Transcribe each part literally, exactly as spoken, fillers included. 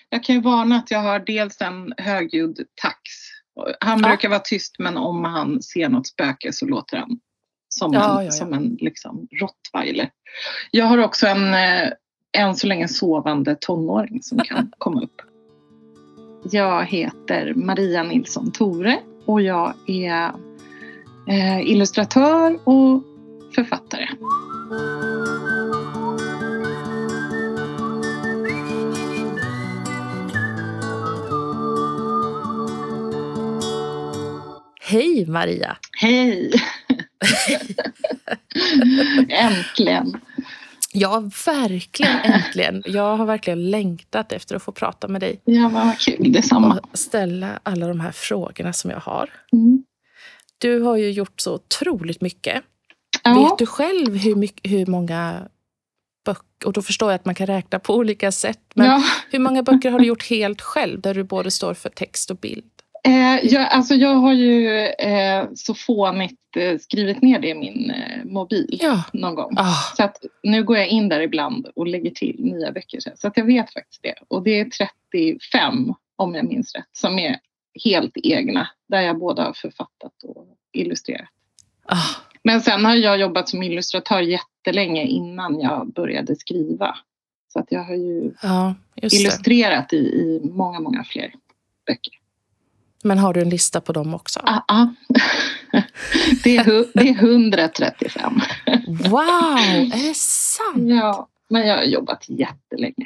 Jag kan ju varna att jag har dels en högljudd tax. Han Ja. brukar vara tyst, men om han ser något spöke så låter han som, Ja, en, ja, ja. som en liksom, rottweiler. Jag har också en eh, än så länge sovande tonåring som kan komma upp. Jag heter Maria Nilsson Tore och jag är eh, illustratör och författare. Hej Maria! Hej! Äntligen! Ja, verkligen äntligen. Jag har verkligen längtat efter att få prata med dig. Ja, vad kul. Detsamma. Och ställa alla de här frågorna som jag har. Mm. Du har ju gjort så otroligt mycket. Ja. Vet du själv hur, mycket, hur många böcker, och då förstår jag att man kan räkna på olika sätt, men Ja. hur många böcker har du gjort helt själv där du både står för text och bild? Eh, jag, alltså jag har ju eh, så fånigt eh, skrivit ner det i min eh, mobil Ja. någon gång. Ah. Så att nu går jag in där ibland och lägger till nya böcker. Så att jag vet faktiskt det. Och det är trettiofem, om jag minns rätt, som är helt egna. Där jag både har författat och illustrerat. Ah. Men sen har jag jobbat som illustratör jättelänge innan jag började skriva. Så att jag har ju Ja, just det. illustrerat i, i många, många fler böcker. Men har du en lista på dem också? Ah, ah. det, är, hu- det är hundratrettiofem. Wow, är det sant? Ja, men jag har jobbat jättelänge.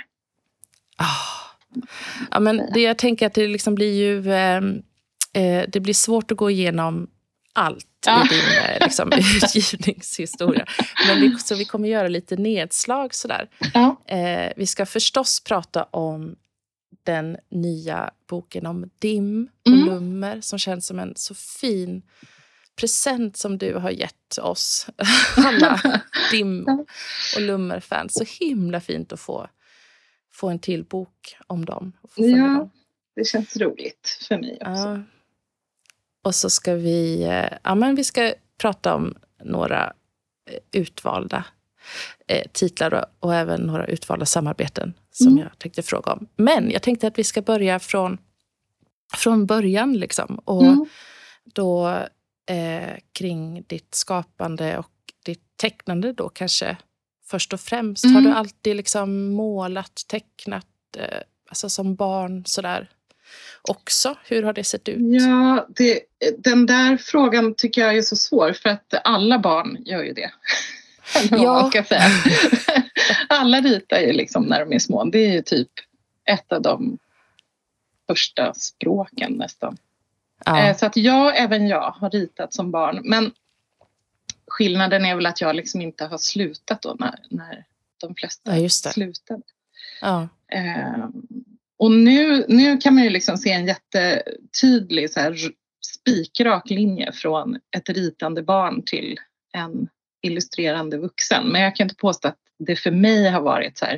Ah. Ja, men det jag tänker att det liksom blir ju eh, eh, det blir svårt att gå igenom allt Ja. i din eh, liksom, utgivningshistoria. Men vi, så vi kommer göra lite nedslag sådär. Ja. Eh, vi ska förstås prata om den nya boken om Dim och Mm. Lummer som känns som en så fin present som du har gett oss alla Dim och Lummer-fans. Så himla fint att få, få en till bok om dem. Och få följa Ja, dem. det känns roligt för mig också. Ja. Och så ska vi, eh, ja, men vi ska prata om några eh, utvalda eh, titlar och, och även några utvalda samarbeten som Mm. jag tänkte fråga om. Men jag tänkte att vi ska börja från, från början liksom. Och Mm. då eh, kring ditt skapande och ditt tecknande då kanske först och främst. Mm. Har du alltid liksom målat, tecknat, eh, alltså som barn sådär också? Hur har det sett ut? Ja, det, den där frågan tycker jag är så svår för att alla barn gör ju det. Eller vad Ja. man ska säga. Alla ritar ju liksom när de är små. Det är ju typ ett av de första språken nästan. Ja. Eh, Så att jag, även jag, har ritat som barn. Men skillnaden är väl att jag liksom inte har slutat då när, när de flesta Ja, just det. slutade. Ja. Eh, och nu, nu kan man ju liksom se en jättetydlig så här, r- spikrak linje från ett ritande barn till en illustrerande vuxen. Men jag kan inte påstå att det för mig har varit så här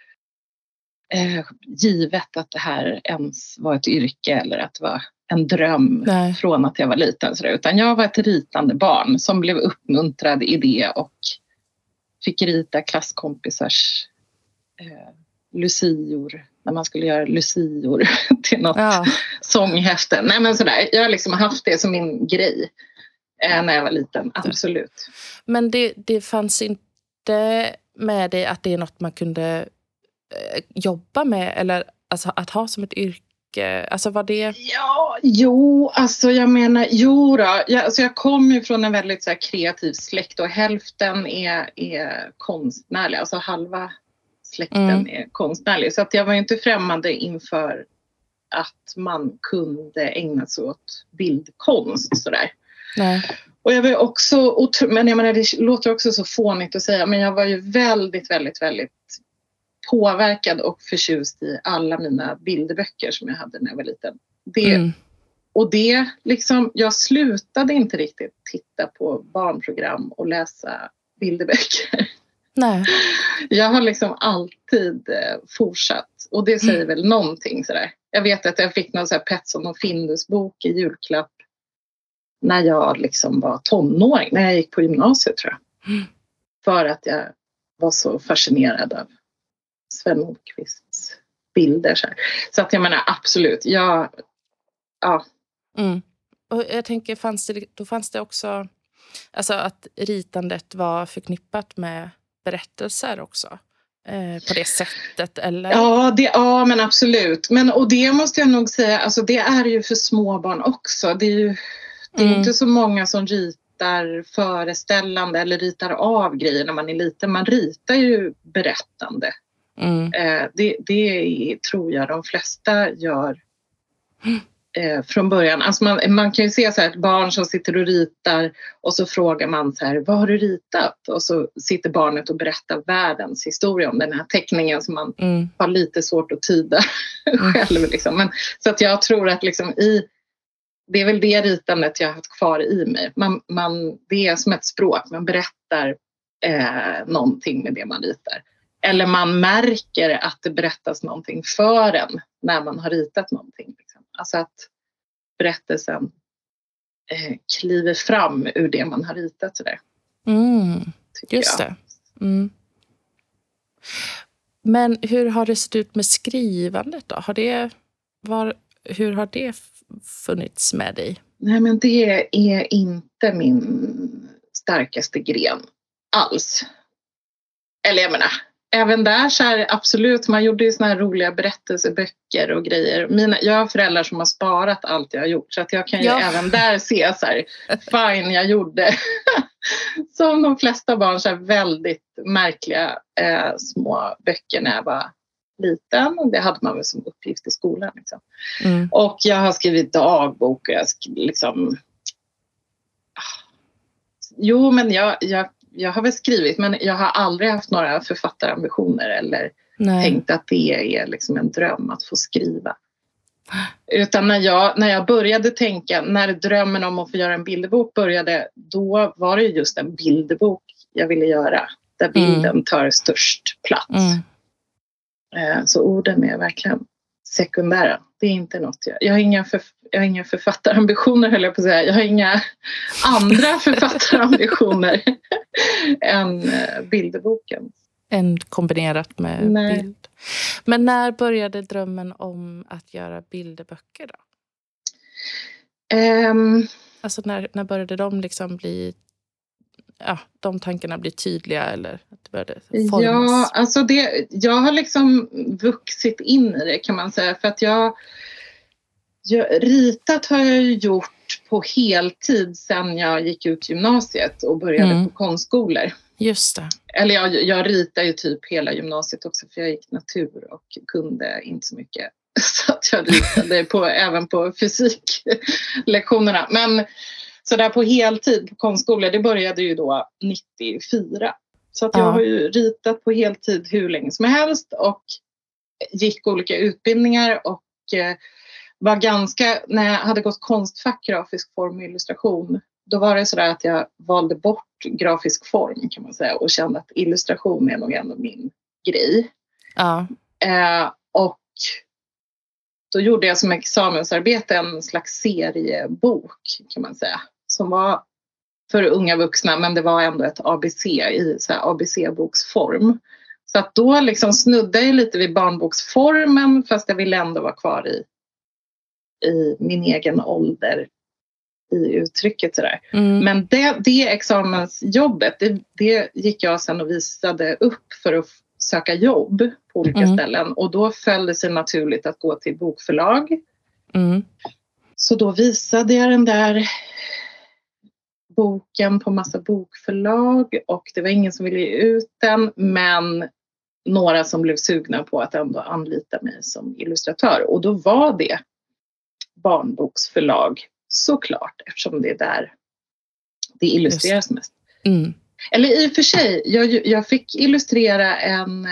eh, givet att det här ens var ett yrke eller att det var en dröm Nej. från att jag var liten. Så där. Utan jag var ett ritande barn som blev uppmuntrad i det och fick rita klasskompisars eh, lucior när man skulle göra lucior till något Ja. sånghäfte. Nej men sådär, jag har liksom haft det som min grej eh, när jag var liten, absolut. Men det, det fanns inte med dig att det är något man kunde eh, jobba med eller alltså, att ha som ett yrke? Alltså var det... Ja, jo, alltså jag menar, jo då. Jag, alltså jag kommer ju från en väldigt så här, kreativ släkt och hälften är, är konstnärlig, alltså halva släkten Mm. är konstnärlig. Så att jag var ju inte främmande inför att man kunde ägna sig åt bildkonst sådär. Nej. Och jag var också, otro- men jag menar det låter också så fånigt att säga, men jag var ju väldigt, väldigt, väldigt påverkad och förtjust i alla mina bilderböcker som jag hade när jag var liten. Det, Mm. Och det liksom, jag slutade inte riktigt titta på barnprogram och läsa bilderböcker. Nej. Jag har liksom alltid eh, fortsatt. Och det säger Mm. väl någonting sådär. Jag vet att jag fick någon så här Petson och Findus bok i julklapp när jag liksom var tonåring. När jag gick på gymnasiet tror jag. Mm. För att jag var så fascinerad av Sven Nordqvists bilder. Så, här. Så att jag menar absolut, jag, ja. Mm. Och jag tänker, fanns det, då fanns det också, alltså att ritandet var förknippat med berättelser också. Eh, på det sättet, eller? Ja, det, ja, men absolut. Men, och det måste jag nog säga, alltså det är ju för småbarn också. Det är ju det är mm. inte så många som ritar föreställande eller ritar av grejer när man är liten. Man ritar ju berättande. Mm. Eh, det, det tror jag de flesta gör eh, från början. Alltså man, man kan ju se så här ett barn som sitter och ritar och så frågar man så här, vad har du ritat? Och så sitter barnet och berättar världens historia om den här teckningen som man mm. har lite svårt att tyda mm. själv. Liksom. Men, så att jag tror att liksom i, det är väl det ritandet jag har haft kvar i mig. Man, man, det är som ett språk, man berättar eh, någonting med det man ritar. Eller man märker att det berättas någonting för en när man har ritat någonting. Liksom. Alltså att berättelsen eh, kliver fram ur det man har ritat. Sådär, mm, just jag. det. Mm. Men hur har det sett ut med skrivandet då? Har det, var, hur har det funnits med dig? Nej, men det är inte min starkaste gren alls. Eller jag menar, även där så här, absolut, man gjorde ju såna här roliga berättelseböcker och grejer. Mina, jag har föräldrar som har sparat allt jag har gjort. Så att jag kan ju ja. även där se så här, fine, jag gjorde som de flesta barn så här, väldigt märkliga eh, små böcker när jag var liten. Det hade man väl som uppgift i skolan. Liksom. Mm. Och jag har skrivit dagbok och jag skrivit liksom... Jo, men jag... jag Jag har väl skrivit, men jag har aldrig haft några författarambitioner eller Nej. tänkt att det är liksom en dröm att få skriva. Utan när jag, när jag började tänka, när drömmen om att få göra en bilderbok började, då var det just en bilderbok jag ville göra. Där bilden mm. tar störst plats. Mm. Så orden är verkligen sekundära. Det är inte något jag... Jag har inga, för, jag har inga författarambitioner, höll jag på att säga. Jag har inga andra författarambitioner än bilderboken. En kombinerat med Nej. bild. Men när började drömmen om att göra bilderböcker då? Um, alltså när, när började de liksom bli... Ja, de tankarna blir tydliga eller att det började formas? Ja, alltså det, jag har liksom vuxit in i det kan man säga. För att jag, jag ritat har jag ju gjort på heltid sedan jag gick ut gymnasiet och började mm. på konstskolor. Just det. Eller jag, jag ritar ju typ hela gymnasiet också för jag gick natur och kunde inte så mycket. Så att jag ritade på, även på fysiklektionerna. Men så där på heltid på konstskolor, det började ju då nittiofyra. Så att jag ja. har ju ritat på heltid hur länge som helst och gick olika utbildningar och eh, var ganska, när jag hade gått konstfack, grafisk form och illustration, då var det sådär att jag valde bort grafisk form kan man säga och kände att illustration är nog ändå min grej. Ja. Eh, och då gjorde jag som examensarbete en slags seriebok kan man säga. Som var för unga vuxna men det var ändå ett A B C i så här A B C-boksform. Så att då liksom snuddade jag lite vid barnboksformen fast jag ville ändå vara kvar i, i min egen ålder i uttrycket sådär. Mm. Men det, det examensjobbet det, det gick jag sedan och visade upp för att söka jobb på olika mm. ställen och då föll det sig naturligt att gå till bokförlag. Mm. Så då visade jag den där boken på massa bokförlag och det var ingen som ville ge ut den men några som blev sugna på att ändå anlita mig som illustratör och då var det barnboksförlag såklart eftersom det är där det illustreras mest. Mm. Eller i och för sig, jag, jag fick illustrera en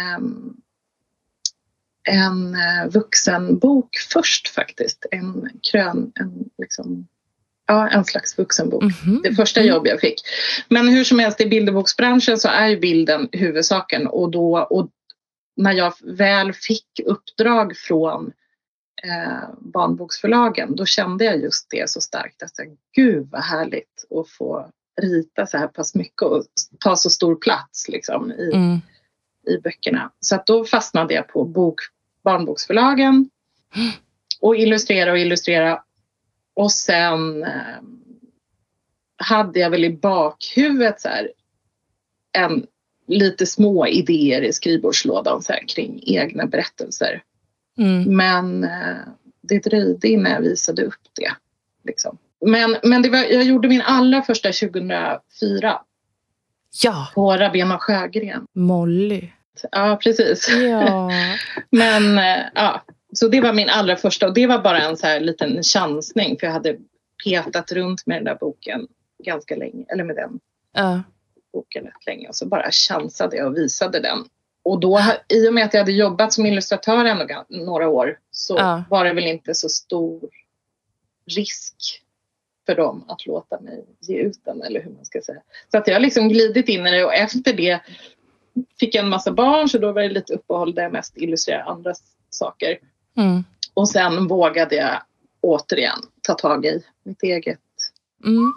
en vuxenbok först faktiskt. En krön, en liksom, ja, en slags vuxenbok. Mm-hmm. Det första jobb jag fick. Men hur som helst i bilderboksbranschen så är ju bilden huvudsaken. Och då, och när jag väl fick uppdrag från eh, barnboksförlagen, då kände jag just det så starkt. Att gud vad härligt att få rita så här pass mycket och ta så stor plats liksom i, mm. i böckerna. Så att då fastnade jag på bok, barnboksförlagen. Och illustrera och illustrera. Och sen eh, hade jag väl i bakhuvudet så här, en, lite små idéer i skrivbordslådan så här, kring egna berättelser. Mm. Men eh, det dröjde innan jag visade upp det. Liksom. Men, men det var, jag gjorde min allra första tjugohundrafyra. Ja. På Rabén och Sjögren. Molly. Ja, precis. Ja. Men eh, ja, så det var min allra första. Och det var bara en så här liten chansning. För jag hade petat runt med den där boken ganska länge. Eller med den ja. boken rätt länge. Och så bara chansade jag och visade den. Och då, i och med att jag hade jobbat som illustratör ändå några år. Så ja. var det väl inte så stor risk för dem att låta mig ge ut den, eller hur man ska säga. Så att jag har liksom glidit in i det, och efter det fick jag en massa barn, så då var det lite uppehåll där jag mest illustrerade andra saker. Mm. Och sen vågade jag återigen ta tag i mitt eget. Mm.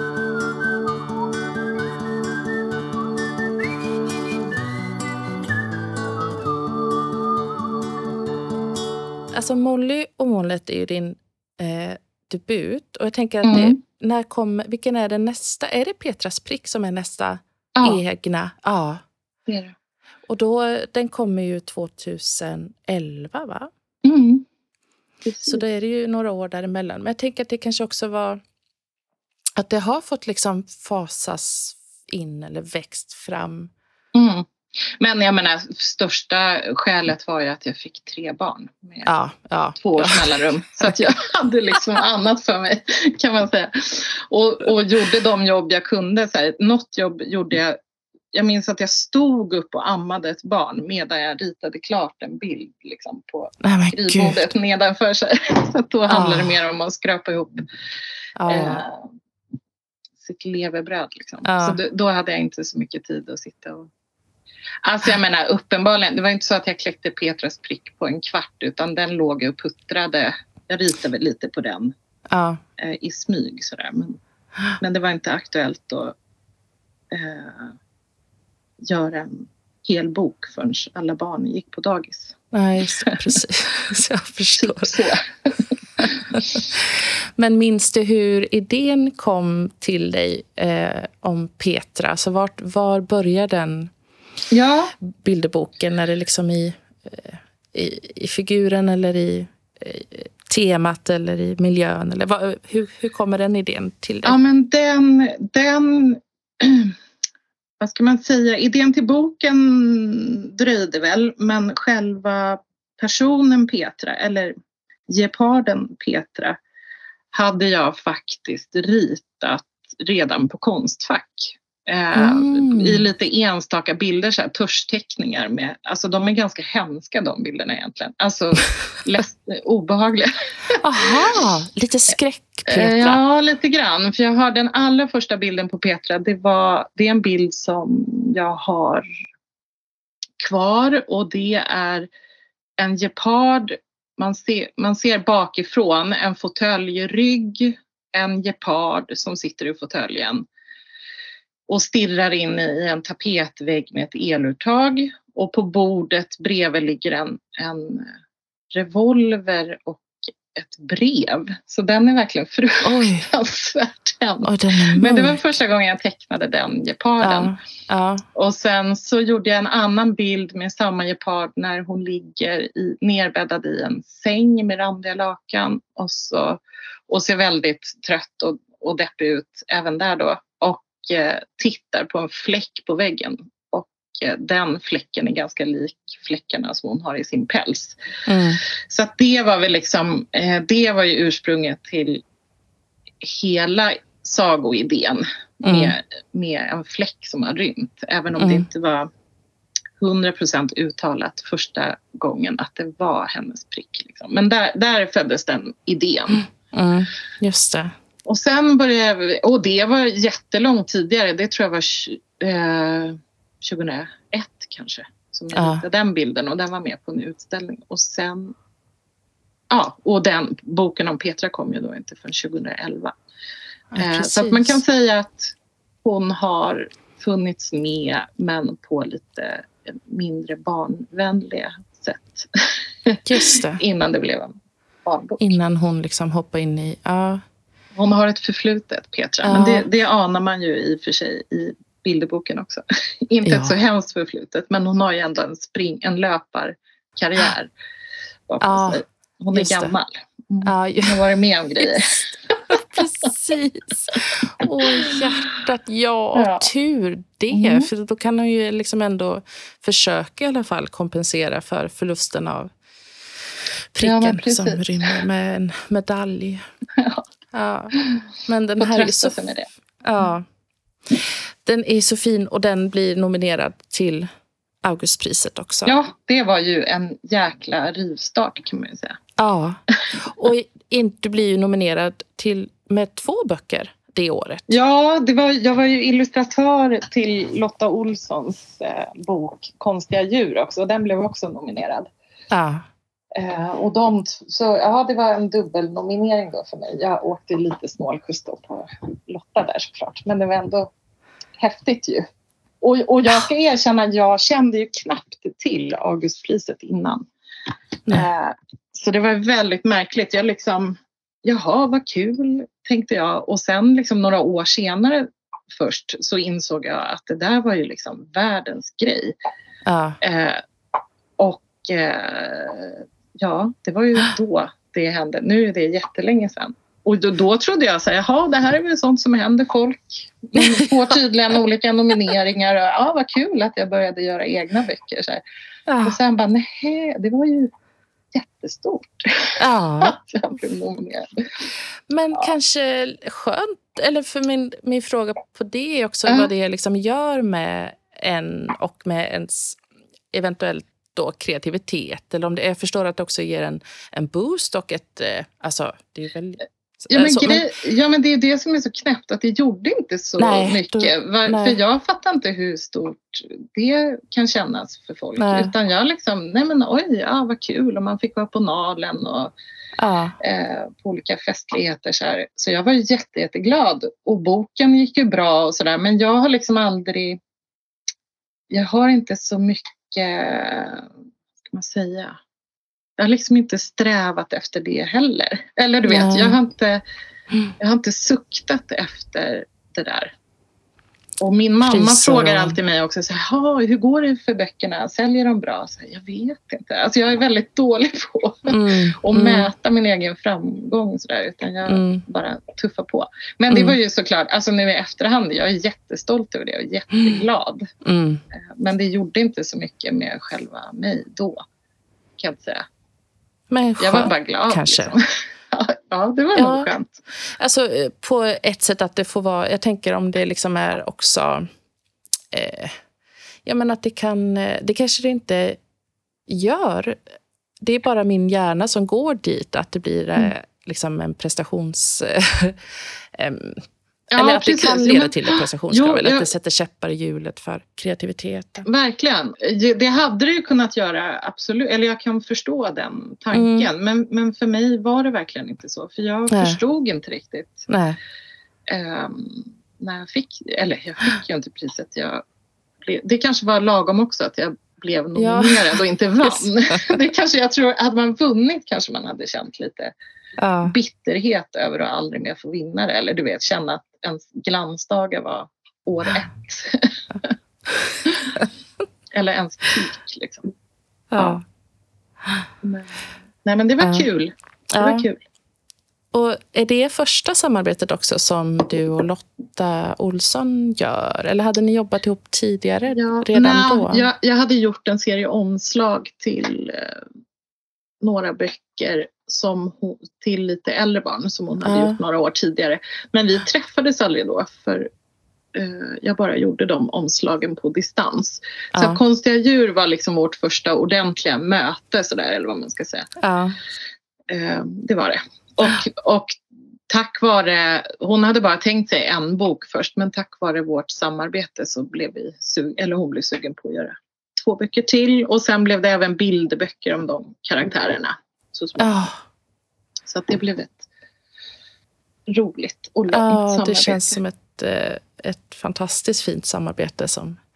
Alltså Molly och Mollet är ju din eh, debut. Och jag tänker att mm. det, när kom, vilken är den nästa? Är det Petras prick som är nästa ja. egna? Ja. Det är det. Och då, den kommer ju tjugoelva, va? Mm. Så då är det ju några år däremellan. Men jag tänker att det kanske också var att det har fått liksom fasas in eller växt fram. Mm. Men jag menar, största skälet var ju att jag fick tre barn med ja, ja, två års ja. mellanrum. Så att jag hade liksom annat för mig, kan man säga. Och, och gjorde de jobb jag kunde. Så här, något jobb gjorde jag. Jag minns att jag stod upp och ammade ett barn medan jag ritade klart en bild liksom, på Nej, skrivbordet nedanför sig. Så att då handlade det mer om att skrapa ihop oh. eh, sitt levebröd. Liksom. Oh. Så då, då hade jag inte så mycket tid att sitta och... Alltså jag menar uppenbarligen, det var inte så att jag kläckte Petras prick på en kvart, utan den låg och puttrade. Jag ritade väl lite på den ja. eh, i smyg sådär. Men, men det var inte aktuellt att eh, göra en hel bok förrän alla barn gick på dagis. Nej, just det, precis. Jag förstår. Typ så. Men minns du hur idén kom till dig eh, om Petra? Så var, var började den ja. bilderboken? Är det liksom i, i, i figuren eller i, i temat eller i miljön? Eller vad, hur, hur kommer den idén till dig? Ja, men den, den vad ska man säga, idén till boken dröjde väl, men själva personen Petra, eller geparden Petra, hade jag faktiskt ritat redan på Konstfack. Mm. I lite enstaka bilder, så här, törsteckningar med, alltså de är ganska hemska de bilderna egentligen, alltså lätt, obehagliga. Aha, lite skräck Petra. Ja, lite grann, för jag har den allra första bilden på Petra, det var, det är en bild som jag har kvar, och det är en gepard, man ser, man ser bakifrån en fåtöljrygg, en gepard som sitter i fåtöljen och stirrar in i en tapetvägg med ett eluttag. Och på bordet bredvid ligger en, en revolver och ett brev. Så den är verkligen fruktansvärt hemsk. Men det var första gången jag tecknade den geparden. Ja, ja. Och sen så gjorde jag en annan bild med samma gepard när hon ligger i, nerbäddad i en säng med randiga lakan. Och, så, och ser väldigt trött och, och deppig ut även där då. Och tittar på en fläck på väggen, och den fläcken är ganska lik fläckarna som hon har i sin päls. Mm. Så att det var väl liksom, det var ju ursprunget till hela sagoidén mm. med, med en fläck som har rymt, även om mm. det inte var hundra procent uttalat första gången att det var hennes prick liksom. Men där, där föddes den idén. Mm. Just det. Och sen började jag, och det var jättelångt tidigare, det tror jag var eh, tjugohundraett kanske, som jag hittade ja. den bilden, och den var med på en utställning. Och sen, ja, och den boken om Petra kom ju då inte förrän tjugoelva. Ja, eh, så att man kan säga att hon har funnits med, men på lite mindre barnvänliga sätt. Just det. Innan det blev en barnbok. Innan hon liksom hoppar in i... Ja. Hon har ett förflutet, Petra. Ja. Men det, det anar man ju i och för sig i bilderboken också. Inte Ja. ett så hemskt förflutet. Men hon har ju ändå en, spring, en löparkarriär bakom Ja, sig. Hon är just det. gammal. Mm. Ja, ju- Hon har varit med om grejer. Precis. Åh, hjärtat. Ja, Ja. tur det. Mm. För då kan hon ju liksom ändå försöka i alla fall kompensera för förlusten av Ja, men pricken precis. som rymmer med en medalj. Ja. Ja. Men den Får här är trösta så... sig med det. Ja. Den är så fin och den blir nominerad till Augustpriset också. Ja, det var ju en jäkla rivstart kan man ju säga. Ja. Och du blir ju nominerad till med två böcker det året. Ja, det var, jag var ju illustratör till Lotta Olssons eh, bok Konstiga djur också. Och den blev också nominerad. Ja. Eh, och de, så ja, det var en dubbelnominering då för mig. Jag åkte lite snålskjuts då på Lotta där såklart. Men det var ändå häftigt ju. Och, och jag ska erkänna att jag kände ju knappt till Augustpriset innan. Eh, så det var väldigt märkligt. Jag liksom, jaha vad kul tänkte jag. Och sen liksom några år senare först så insåg jag att det där var ju liksom världens grej. Ja. Eh, och eh, ja, det var ju då det hände. Nu är det jättelänge sedan. Och då, då trodde jag så här, jaha, det här är väl sånt som händer folk. Man får tydligen olika nomineringar. Och, ja, vad kul att jag började göra egna böcker. Så här. Ja. Och sen bara, nej, det var ju jättestort. Ja. Att jag blev nominerad. Men Ja. kanske skönt, eller för min, min fråga på det är också Ja. vad det liksom gör med en och med ens eventuellt då kreativitet. Eller om det, jag förstår att det också ger en, en boost och ett, eh, alltså det är väl... Ja men, så, grej, ja men det är det som är så knäppt att det gjorde inte så Nej, mycket. då- Var, nej. för jag fattar inte hur stort det kan kännas för folk. Nej. Utan jag liksom, nej men oj, ja vad kul. Och man fick vara på Nalen och ja, eh, på olika festligheter. Så, här. Så jag var jätte, jätteglad. Och boken gick ju bra och sådär. Men jag har liksom aldrig, jag har inte så mycket, vad ska man säga. Jag har liksom inte strävat efter det heller. Eller du vet, Nej. jag har, inte, jag har inte suktat efter det där. Och min mamma Priser frågar och- alltid mig också så här, hur går det för böckerna? Säljer de bra? Så här, jag vet inte. Alltså jag är väldigt dålig på mm, att mm, mäta min egen framgång. Så där, utan jag Mm. bara tuffar på. Men det Mm. var ju såklart, alltså nu i efterhand, jag är jättestolt över det och jätteglad. mm. Men det gjorde inte så mycket med själva mig då, kan jag inte säga. Men Jag var skönt, bara glad. kanske. Liksom. Ja, det var Ja. nog skönt. Alltså eh, på ett sätt att det får vara, jag tänker om det liksom är också, eh, ja men att det kan, eh, det kanske det inte gör. Det är bara min hjärna som går dit, att det blir eh, Mm. liksom en prestations... em, Ja, eller att precis. det kan Jo, leda men- till ett prestationskrav, Jo, eller att jag- det sätter käppar i hjulet för kreativiteten. Verkligen. Det hade det ju kunnat göra, absolut. Eller jag kan förstå den tanken. Mm. Men, men för mig var det verkligen inte så. För jag Nej. förstod inte riktigt. Nej. ehm, när jag fick, eller jag fick ju inte priset. Jag blev, det kanske var lagom också att jag blev nominerad och inte vann. Det kanske, jag tror, hade man vunnit kanske man hade känt lite Ja. bitterhet över att aldrig mer få vinna det. Eller du vet, känna att ens glansdagar var år ett. Eller ens peak liksom. Ja. Men, nej men det var Ja. kul. Det Ja. var kul. Och är det första samarbetet också som du och Lotta Olsson gör? Eller hade ni jobbat ihop tidigare Ja, redan nej, då? Jag, jag hade gjort en serie omslag till eh, några böcker som hon, till lite äldre barn som hon hade Ja. gjort några år tidigare. Men vi träffades aldrig då för eh, jag bara gjorde de omslagen på distans. Så Ja. Konstiga djur var liksom vårt första ordentliga möte sådär, eller vad man ska säga. Ja. Eh, det var det. Och, och tack vare, hon hade bara tänkt sig en bok först, men tack vare vårt samarbete så blev vi sug, eller hon blev sugen på att göra två böcker till. Och sen blev det även bildböcker om de karaktärerna. Så, Ja. så att det blev ett roligt och långt Ja, samarbete. det känns som ett, eh, ett fantastiskt fint samarbete som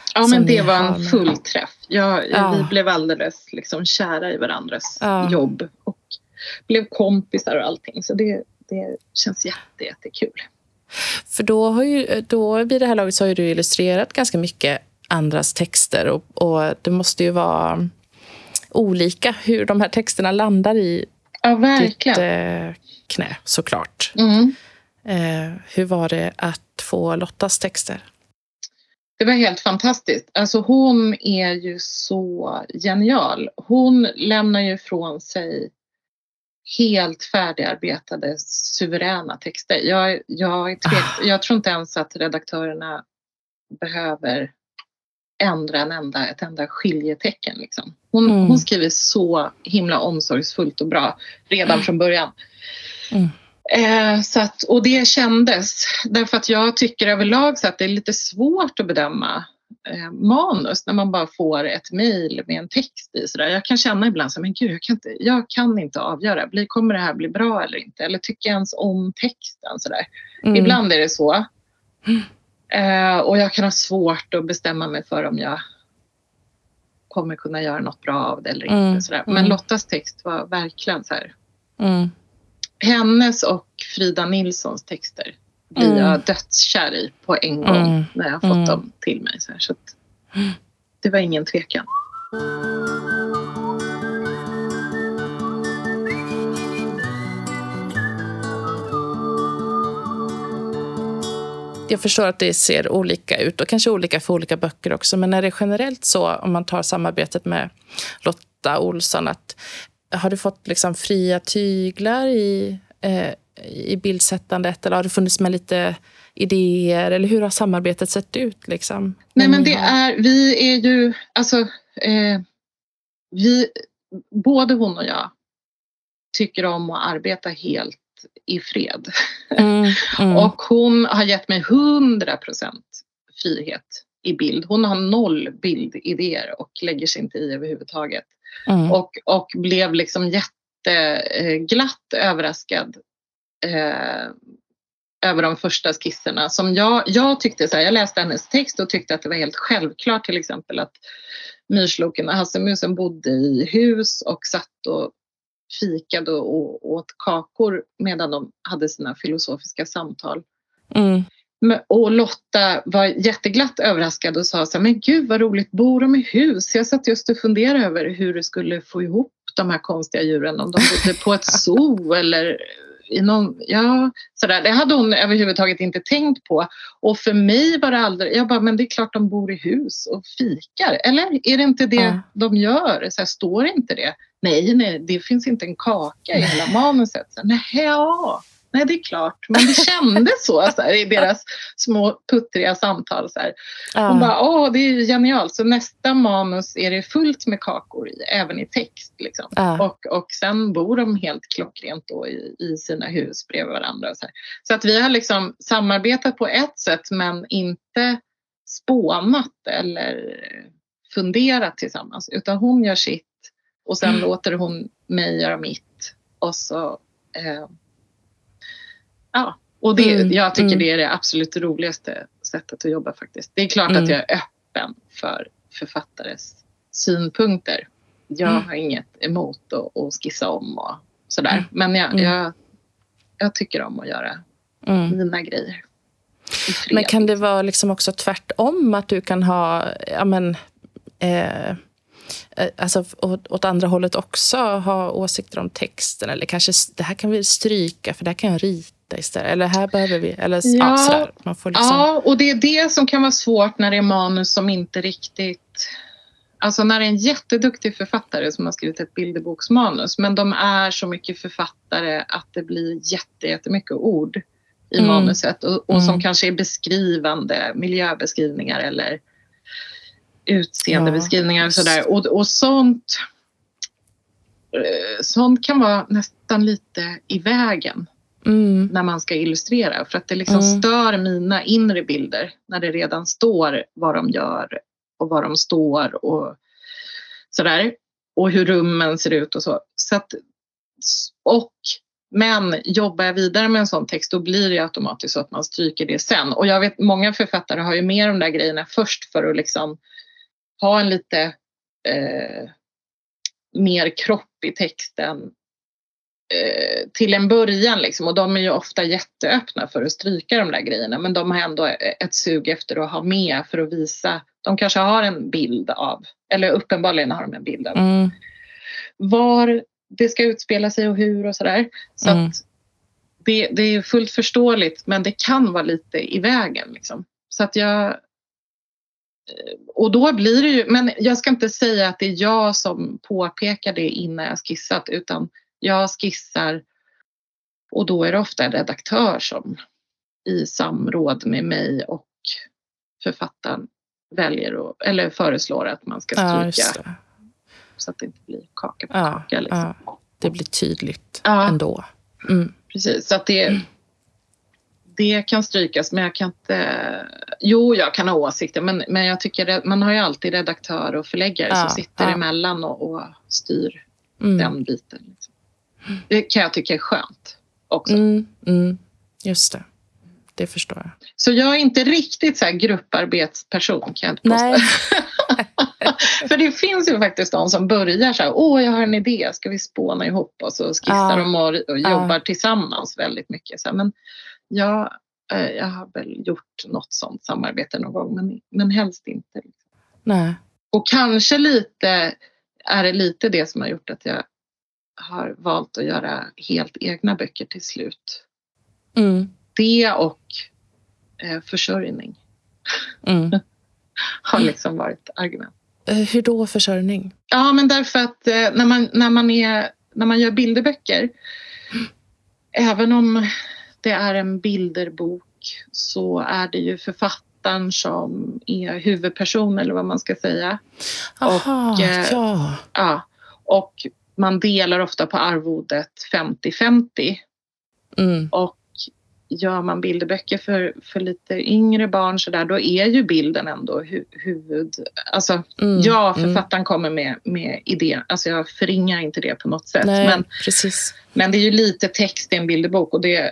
Ja, men det var en full träff. Jag, ja. Vi blev alldeles liksom kära i varandras ja. jobb och blev kompisar och allting. Så det, det känns jätte, jättekul. För då, har ju, då vid det här laget så har ju du illustrerat ganska mycket andras texter. Och, och det måste ju vara olika hur de här texterna landar i ja, verkligen. ditt eh, knä, såklart. Mm. Eh, hur var det att få Lottas texter? Det var helt fantastiskt. Alltså hon är ju så genial. Hon lämnar ju från sig helt färdigarbetade, suveräna texter. Jag, jag, är tvek- jag tror inte ens att redaktörerna behöver ändra en enda, ett enda skiljetecken. Liksom. Hon, mm. hon skriver så himla omsorgsfullt och bra redan mm. från början. Mm. Eh, så att, och det kändes, därför att jag tycker överlag så att det är lite svårt att bedöma eh, manus när man bara får ett mejl med en text i. Så där. Jag kan känna ibland så men gud, jag kan inte, jag kan inte avgöra, blir, kommer det här bli bra eller inte? Eller tycker jag ens om texten? Så där. Mm. Ibland är det så. Mm. Eh, och jag kan ha svårt att bestämma mig för om jag kommer kunna göra något bra av det eller inte. Mm. Så där. Men mm. Lottas text var verkligen så här. Mm. Hennes och Frida Nilssons texter blir mm. jag dödskär i på en gång mm. när jag har fått mm. dem till mig. Så, här. Så att det var ingen tvekan. Jag förstår att det ser olika ut och kanske olika för olika böcker också. Men är det generellt så, om man tar samarbetet med Lotta Olsson, att har du fått liksom fria tyglar i, eh, i bildsättandet? Eller har det funnits med lite idéer? Eller hur har samarbetet sett ut? Liksom? Nej, men det är, vi är ju, alltså, eh, vi, både hon och jag tycker om att arbeta helt i fred. Mm, mm. Och hon har gett mig hundra procent frihet i bild. Hon har noll bildidéer och lägger sig inte i överhuvudtaget. Mm. Och, och blev liksom jätteglatt överraskad eh, över de första skisserna. Som jag, jag tyckte så här, jag läste hennes text och tyckte att det var helt självklart till exempel att myrsloken och Hasselmusen bodde i hus och satt och fikade och åt kakor medan de hade sina filosofiska samtal. Mm. Och Lotta var jätteglatt överraskad och sa så här, men gud vad roligt, bor de i hus? Jag satt just och funderade över hur du skulle få ihop de här konstiga djuren, om de bodde på ett zoo eller i någon, ja, sådär. Det hade hon överhuvudtaget inte tänkt på. Och för mig var det aldrig, jag bara, men det är klart de bor i hus och fikar. Eller är det inte det mm. de gör? Så här, står inte det? Nej, nej, det finns inte en kaka i hela manuset. Så, nej, ja. Nej, det är klart. Men det kändes så, så här, i deras små puttriga samtal. Så här. Hon uh. bara, åh, det är ju genialt. Så nästa manus är det fullt med kakor i, även i text. Liksom. Uh. Och, och sen bor de helt klockrent då i, i sina hus bredvid varandra. Och så här. Så att vi har liksom samarbetat på ett sätt, men inte spånat eller funderat tillsammans. Utan hon gör sitt och sen mm. låter hon mig göra mitt. Och så... Eh, Ja, och det, mm, jag tycker mm. det är det absolut roligaste sättet att jobba faktiskt. Det är klart mm. att jag är öppen för författares synpunkter. Jag mm. har inget emot att, att skissa om och sådär. Mm. Men jag, mm. jag, jag tycker om att göra mm. mina grejer. Men kan det vara liksom också tvärtom, att du kan ha, ja men... Eh, alltså åt, åt andra hållet också ha åsikter om texten, eller kanske det här kan vi stryka för det här kan jag rita istället, eller här behöver vi, eller ja, ja, sådär. Man får liksom... ja, och det är det som kan vara svårt när det är manus som inte riktigt, alltså när det är en jätteduktig författare som har skrivit ett bilderboksmanus, men de är så mycket författare att det blir jätte, jättemycket ord i mm. manuset och, och mm. som kanske är beskrivande miljöbeskrivningar eller utseendebeskrivningar och sådär. Och, och sånt, sånt kan vara nästan lite i vägen mm. när man ska illustrera. För att det liksom mm. stör mina inre bilder när det redan står vad de gör och var de står och sådär. Och hur rummen ser ut och så. Så att, och Men jobbar jag vidare med en sån text, då blir det automatiskt så att man stryker det sen. Och jag vet, många författare har ju med de där grejerna först för att liksom ha en lite eh, mer kropp i texten eh, till en början liksom. Och de är ju ofta jätteöppna för att stryka de där grejerna, men de har ändå ett sug efter att ha med för att visa. De kanske har en bild av, eller uppenbarligen har de en bild av Mm. var det ska utspela sig och hur och sådär. Så Mm. att det, det är fullt förståeligt, men det kan vara lite i vägen liksom. Så att jag, och då blir det ju, men jag ska inte säga att det är jag som påpekar det innan jag skissat, utan jag skissar och då är det ofta en redaktör som i samråd med mig och författaren väljer och, eller föreslår att man ska stryka. Ja, så att det inte blir kaka på ja, kaka liksom. Ja. Det blir tydligt ja. ändå. Mm. Precis, så att det, mm. det kan strykas, men jag kan inte... Jo, jag kan ha åsikter, men, men jag tycker att man har ju alltid redaktör och förläggare ja, som sitter ja. emellan och, och styr mm. den biten. Liksom. Det kan jag tycka är skönt också. Mm. Mm. Just det. Det förstår jag. Så jag är inte riktigt så här grupparbetsperson, kan jag inte påstå. För det finns ju faktiskt de som börjar så här, åh jag har en idé, ska vi spåna ihop, och så skissar ah. de och, och jobbar ah. tillsammans väldigt mycket. Så här, men jag, eh, jag har väl gjort något sånt samarbete någon gång, men, men helst inte. Liksom. Nej. Och kanske lite, är det lite det som har gjort att jag har valt att göra helt egna böcker till slut. Mm. Det och eh, försörjning mm. har liksom varit argument. Hur då försörjning? Ja, men därför att eh, när, man, när, man är, när man gör bilderböcker, mm. även om det är en bilderbok, så är det ju författaren som är huvudperson, eller vad man ska säga. Aha, och, eh, ja. ja. Och man delar ofta på arvodet femtio femtio. Mm. Och gör man bilderböcker för, för lite yngre barn så där, då är ju bilden ändå hu- huvud... Alltså, mm, ja, författaren mm. kommer med, med idén. Alltså jag förringar inte det på något sätt. Nej, men, precis. men det är ju lite text i en bilderbok, och det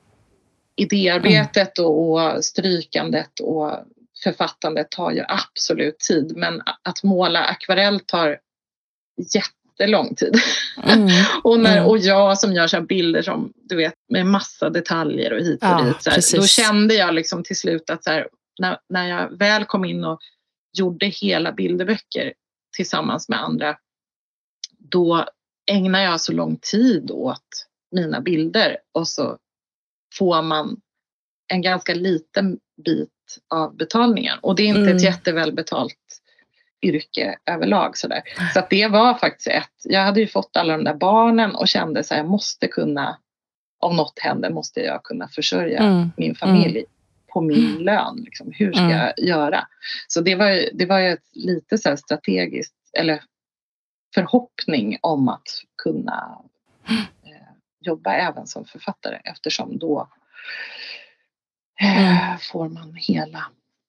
idéarbetet mm. och, och strykandet och författandet tar ju absolut tid. Men att måla akvarell tar jättelång tid. Mm. och, när, mm. och jag som gör så här bilder som du vet med massa detaljer och hit och ja, dit. Så här, då kände jag liksom till slut att så här, när, när jag väl kom in och gjorde hela bilderböcker tillsammans med andra, då ägnar jag så lång tid åt mina bilder, och så får man en ganska liten bit av betalningen. Och det är inte mm. ett jättevälbetalt yrke överlag sådär. Så att det var faktiskt ett, jag hade ju fått alla de där barnen och kände så här, jag måste kunna, om något händer måste jag kunna försörja mm. min familj mm. på min lön liksom. Hur ska mm. jag göra? Så det var ju, det var ju ett lite så här strategiskt, eller förhoppning om att kunna eh, jobba även som författare, eftersom då eh, mm. får man hela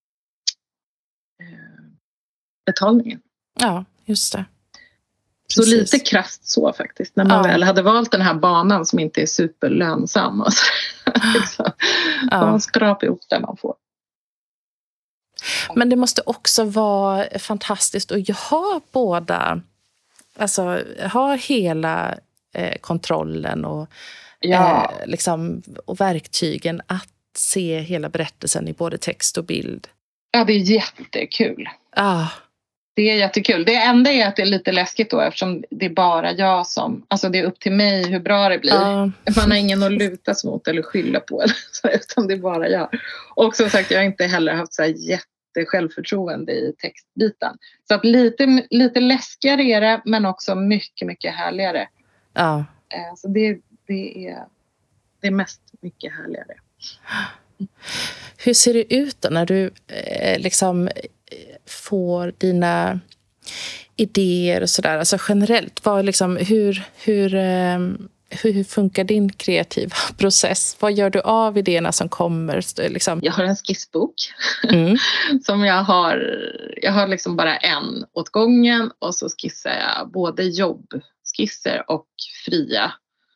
eh, betalningen. Ja, just det. Så precis. Lite krasst så faktiskt. När man ja. väl hade valt den här banan som inte är superlönsam. Och så, liksom. ja. Man skrapar ihop där man får. Men det måste också vara fantastiskt att ha båda. Alltså ha hela eh, kontrollen och, ja. eh, liksom, och verktygen att se hela berättelsen i både text och bild. Ja, det är jättekul. Ja. Det är jättekul. Det enda är att det är lite läskigt då, eftersom det är bara jag som... Alltså det är upp till mig hur bra det blir. Uh. Man har ingen att luta sig mot eller skylla på. Eller så, utan det är bara jag. Och som sagt, jag har inte heller haft så här jättesjälvförtroende i textbiten. Så att lite, lite läskigare är det, men också mycket, mycket härligare. Uh. Så det, det, är, det är mest mycket härligare. Hur ser det ut då när du eh, liksom får dina idéer och sådär, alltså generellt, vad liksom, hur, hur, eh, hur funkar din kreativa process? Vad gör du av idéerna som kommer? Liksom? Jag har en skissbok mm. som jag har, jag har liksom bara en åt gången, och så skissar jag både jobbskisser och fria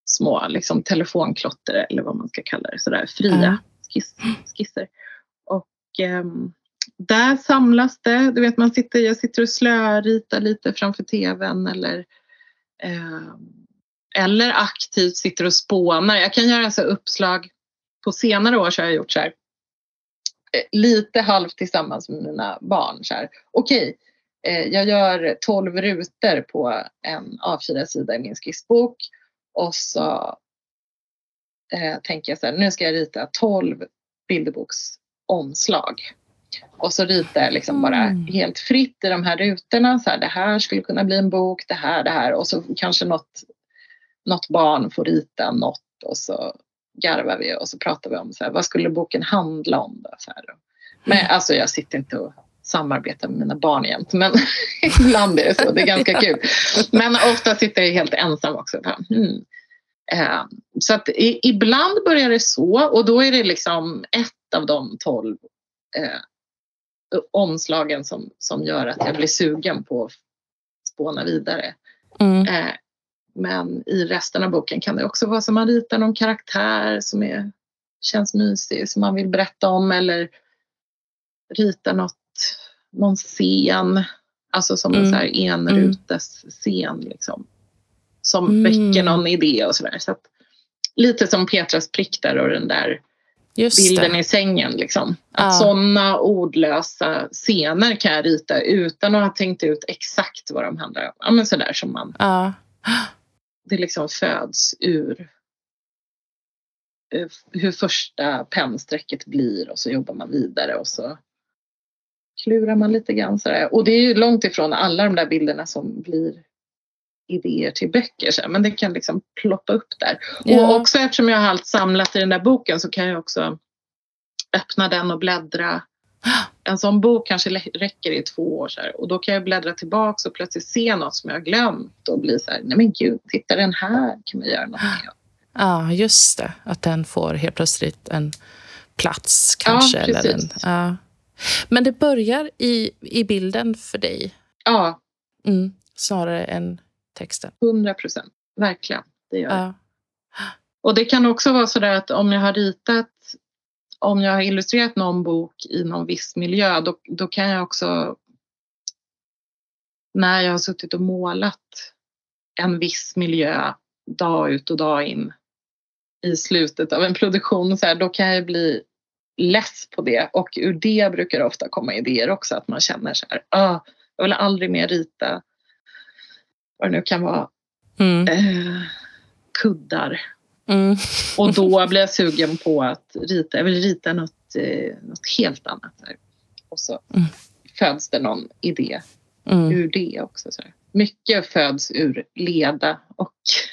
små liksom, telefonklotter eller vad man ska kalla det. Sådär, fria Ja. skiss, skisser. Och eh, där samlas det. Du vet, man sitter, jag sitter och slöritar lite framför tvn eller, eh, eller aktivt sitter och spånar. Jag kan göra så uppslag. På senare år så har jag gjort så här. Lite halvt tillsammans med mina barn. Så här. Okej, eh, jag gör tolv rutor på en A fyra sida i min skissbok. Och så eh, tänker jag så här, nu ska jag rita tolv bilderboksomslag. Och så ritar jag liksom bara Mm. helt fritt i de här rutorna. Så här, det här skulle kunna bli en bok, det här, det här. Och så kanske något, något barn får rita något. Och så garvar vi och så pratar vi om så här, vad skulle boken handla om då? Så här. Men alltså jag sitter inte och samarbetar med mina barn jämt. Men ibland är det så, det är ganska kul. Men ofta sitter jag helt ensam också. Mm. Eh, så att i, ibland börjar det så. Och då är det liksom ett av de tolv eh, omslagen som, som gör att jag blir sugen på att spåna vidare. Mm. Eh, men i resten av boken kan det också vara som man ritar någon karaktär som är, känns mysig, som man vill berätta om, eller rita något, någon scen, alltså som Mm. en så här enrutes scen liksom, som Mm. väcker någon idé och sådär. Så att, lite som Petras prick där och den där Just bilden det. i sängen liksom. Att Ja. sådana ordlösa scener kan jag rita utan att ha tänkt ut exakt vad de handlar om. Ja, men sådär som man, Ja. det liksom föds ur hur första pennsträcket blir och så jobbar man vidare och så klurar man lite grann sådär. Och det är ju långt ifrån alla de där bilderna som blir idéer till böcker så här, men det kan liksom ploppa upp där. Ja. Och också eftersom jag har allt samlat i den där boken så kan jag också öppna den och bläddra. En sån bok kanske räcker i två år så här, och då kan jag bläddra tillbaka och plötsligt se något som jag har glömt och bli så här, nej men gud, titta den här kan man göra något med. Ja, just det. Att den får helt plötsligt en plats kanske. Ja, eller en, precis. ja. Men det börjar i, i bilden för dig. Ja, Mm, snarare än texten. hundra procent. Verkligen, det gör det. Ja. Och det kan också vara så där att om jag har ritat, om jag har illustrerat någon bok i någon viss miljö, då, då kan jag också, när jag har suttit och målat en viss miljö dag ut och dag in i slutet av en produktion, så här, då kan jag bli less på det. Och ur det brukar det ofta komma idéer också, att man känner så här, ah, jag vill aldrig mer rita vad det nu kan vara, Mm. eh, kuddar. Mm. Och då blir jag sugen på att rita, jag vill rita något, eh, något helt annat. Här. Och så Mm. föds det någon idé Mm. ur det också. Så här. Mycket föds ur leda och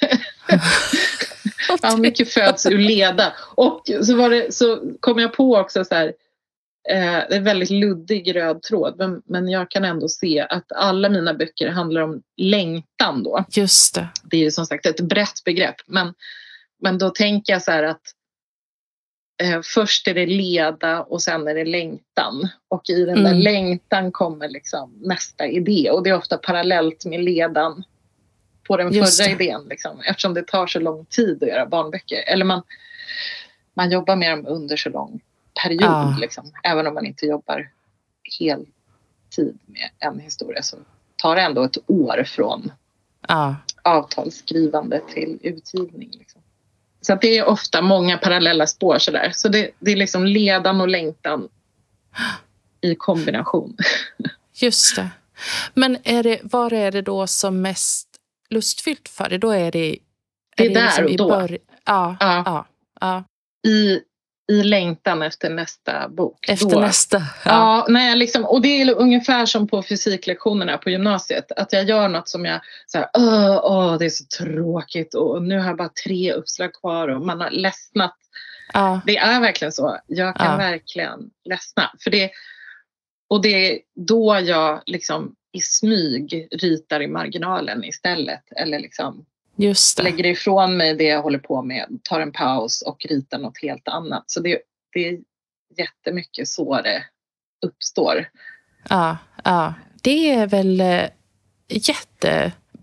ja, mycket föds ur leda. Och så, var det, så kom jag på också så här, eh, det är en väldigt luddig röd tråd, men, men jag kan ändå se att alla mina böcker handlar om längtan då. Just det. Det är ju som sagt ett brett begrepp, men, men då tänker jag så här att eh, först är det leda och sen är det längtan, och i den där Mm. längtan kommer liksom nästa idé, och det är ofta parallellt med ledan på den Just förra det. idén liksom, eftersom det tar så lång tid att göra barnböcker, eller man, man jobbar med dem under så lång period Ja. liksom, även om man inte jobbar heltid med en historia, så tar det ändå ett år från Ja. avtalsskrivande till utgivning liksom. Så att det är ofta många parallella spår så där. Så det, det är liksom ledan och längtan i kombination. Just det. Men är det, var är det då som mest lustfyllt för dig? Då är det, är Det är där liksom och i då. bör- Ja, Ja. ja, ja. I, i längtan efter nästa bok. Efter då. nästa. Ja. Ja, nej, liksom, och det är ungefär som på fysiklektionerna på gymnasiet. Att jag gör något som jag så här, åh, åh, det är så tråkigt och nu har jag bara tre uppslag kvar och man har ledsnat. Ja. Det är verkligen så. Jag kan Ja. verkligen ledsna. För det, och det är då jag liksom i smyg ritar i marginalen istället. Eller liksom Just det. lägger ifrån mig det jag håller på med. Tar en paus och ritar något helt annat. Så det, det är jättemycket så det uppstår. Ja, ja. Det är väl eh, jättebra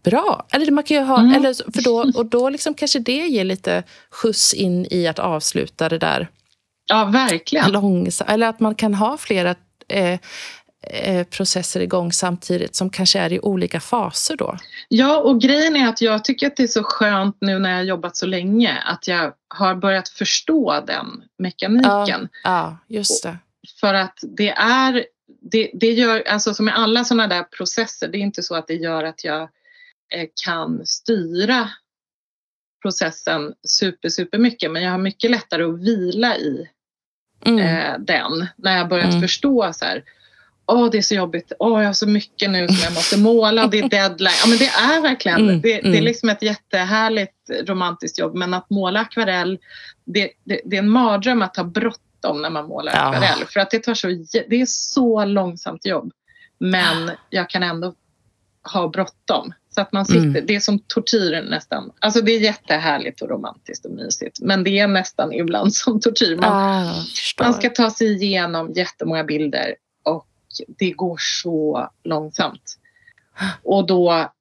bra. Eller man kan ju ha, Mm. eller, för då, och då liksom kanske det ger lite skjuts in i att avsluta det där. Ja, verkligen. Långsamt. Eller att man kan ha flera eh, eh, processer igång samtidigt som kanske är i olika faser då. Ja, och grejen är att jag tycker att det är så skönt nu när jag har jobbat så länge att jag har börjat förstå den mekaniken. Ja, ja just det. För att det är, det, det gör, alltså som med alla sådana där processer, det är inte så att det gör att jag eh, kan styra processen super, super mycket. Men jag har mycket lättare att vila i Mm. eh, den. När jag börjat Mm. förstå så här. Åh, det är så jobbigt. Åh, jag har så mycket nu som jag måste måla. Det är deadline. Ja, men det är verkligen. Mm, Det, mm. det är liksom ett jättehärligt romantiskt jobb. Men att måla akvarell, det, det, det är en mardröm att ha bråttom när man målar Ja. akvarell. För att det tar så, det är så långsamt jobb. Men jag kan ändå ha bråttom. Så att man sitter, Mm. det är som tortyr nästan. Alltså det är jättehärligt och romantiskt och mysigt. Men det är nästan ibland som tortyr. Man, Ah, förstår. man ska ta sig igenom jättemånga bilder. Och det går så långsamt. Och då...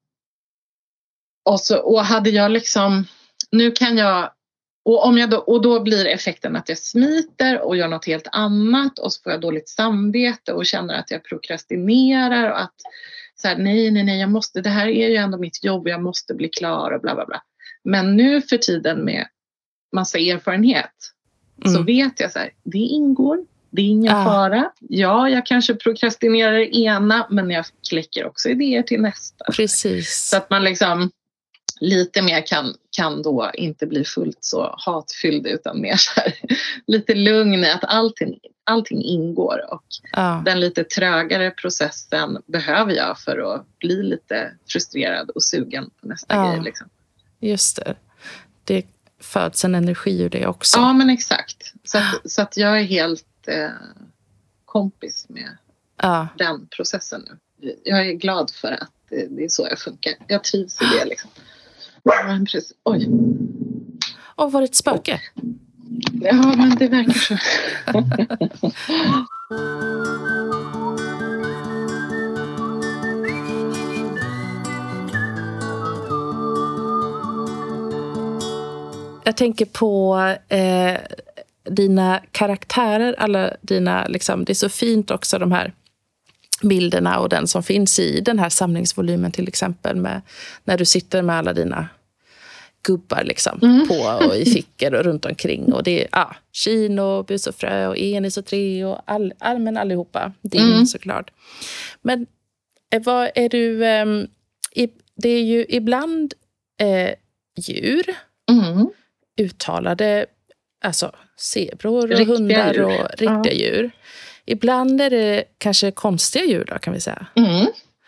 Och, så, och hade jag liksom... Nu kan jag... Och, om jag då, och då blir effekten att jag smiter och gör något helt annat. Och så får jag dåligt samvete och känner att jag prokrastinerar. Och att så här, nej, nej, nej, jag måste, det här är ju ändå mitt jobb. Jag måste bli klar och bla, bla, bla. Men nu för tiden med massa erfarenhet Mm. så vet jag så här, det ingår. Det är ingen Ah. fara. Ja, jag kanske prokrastinerar det ena, men jag kläcker också idéer till nästa. Precis. Så att man liksom lite mer kan, kan då inte bli fullt så hatfylld utan mer så här, lite lugn i att allting, allting ingår. Och Ja. den lite trögare processen behöver jag för att bli lite frustrerad och sugen på nästa Ja. grej. Liksom. Just det. Det föds en energi ur det också. Ja, men exakt. Så att, så att jag är helt eh, kompis med Ja. den processen nu. Jag är glad för att det, det är så jag funkar. Jag trivs i det liksom. Ja, men precis. Oj. Och var det ett spöke? Ja, men det verkar så. Jag tänker på eh, dina karaktärer, alla dina, liksom, det är så fint också de här bilderna och den som finns i den här samlingsvolymen till exempel med, när du sitter med alla dina gubbar liksom, Mm. på och i fickor och runt omkring och det är ja, Kino, Bus och Frö och Enis och Tre och all, all, men allihopa, din Mm. såklart. Men eh, vad är du eh, i, det är ju ibland eh, djur, Mm. uttalade, alltså zebror och Riktiga hundar djur. och riktiga Ja. djur. Ibland är det kanske konstiga djur då, kan vi säga. Mm.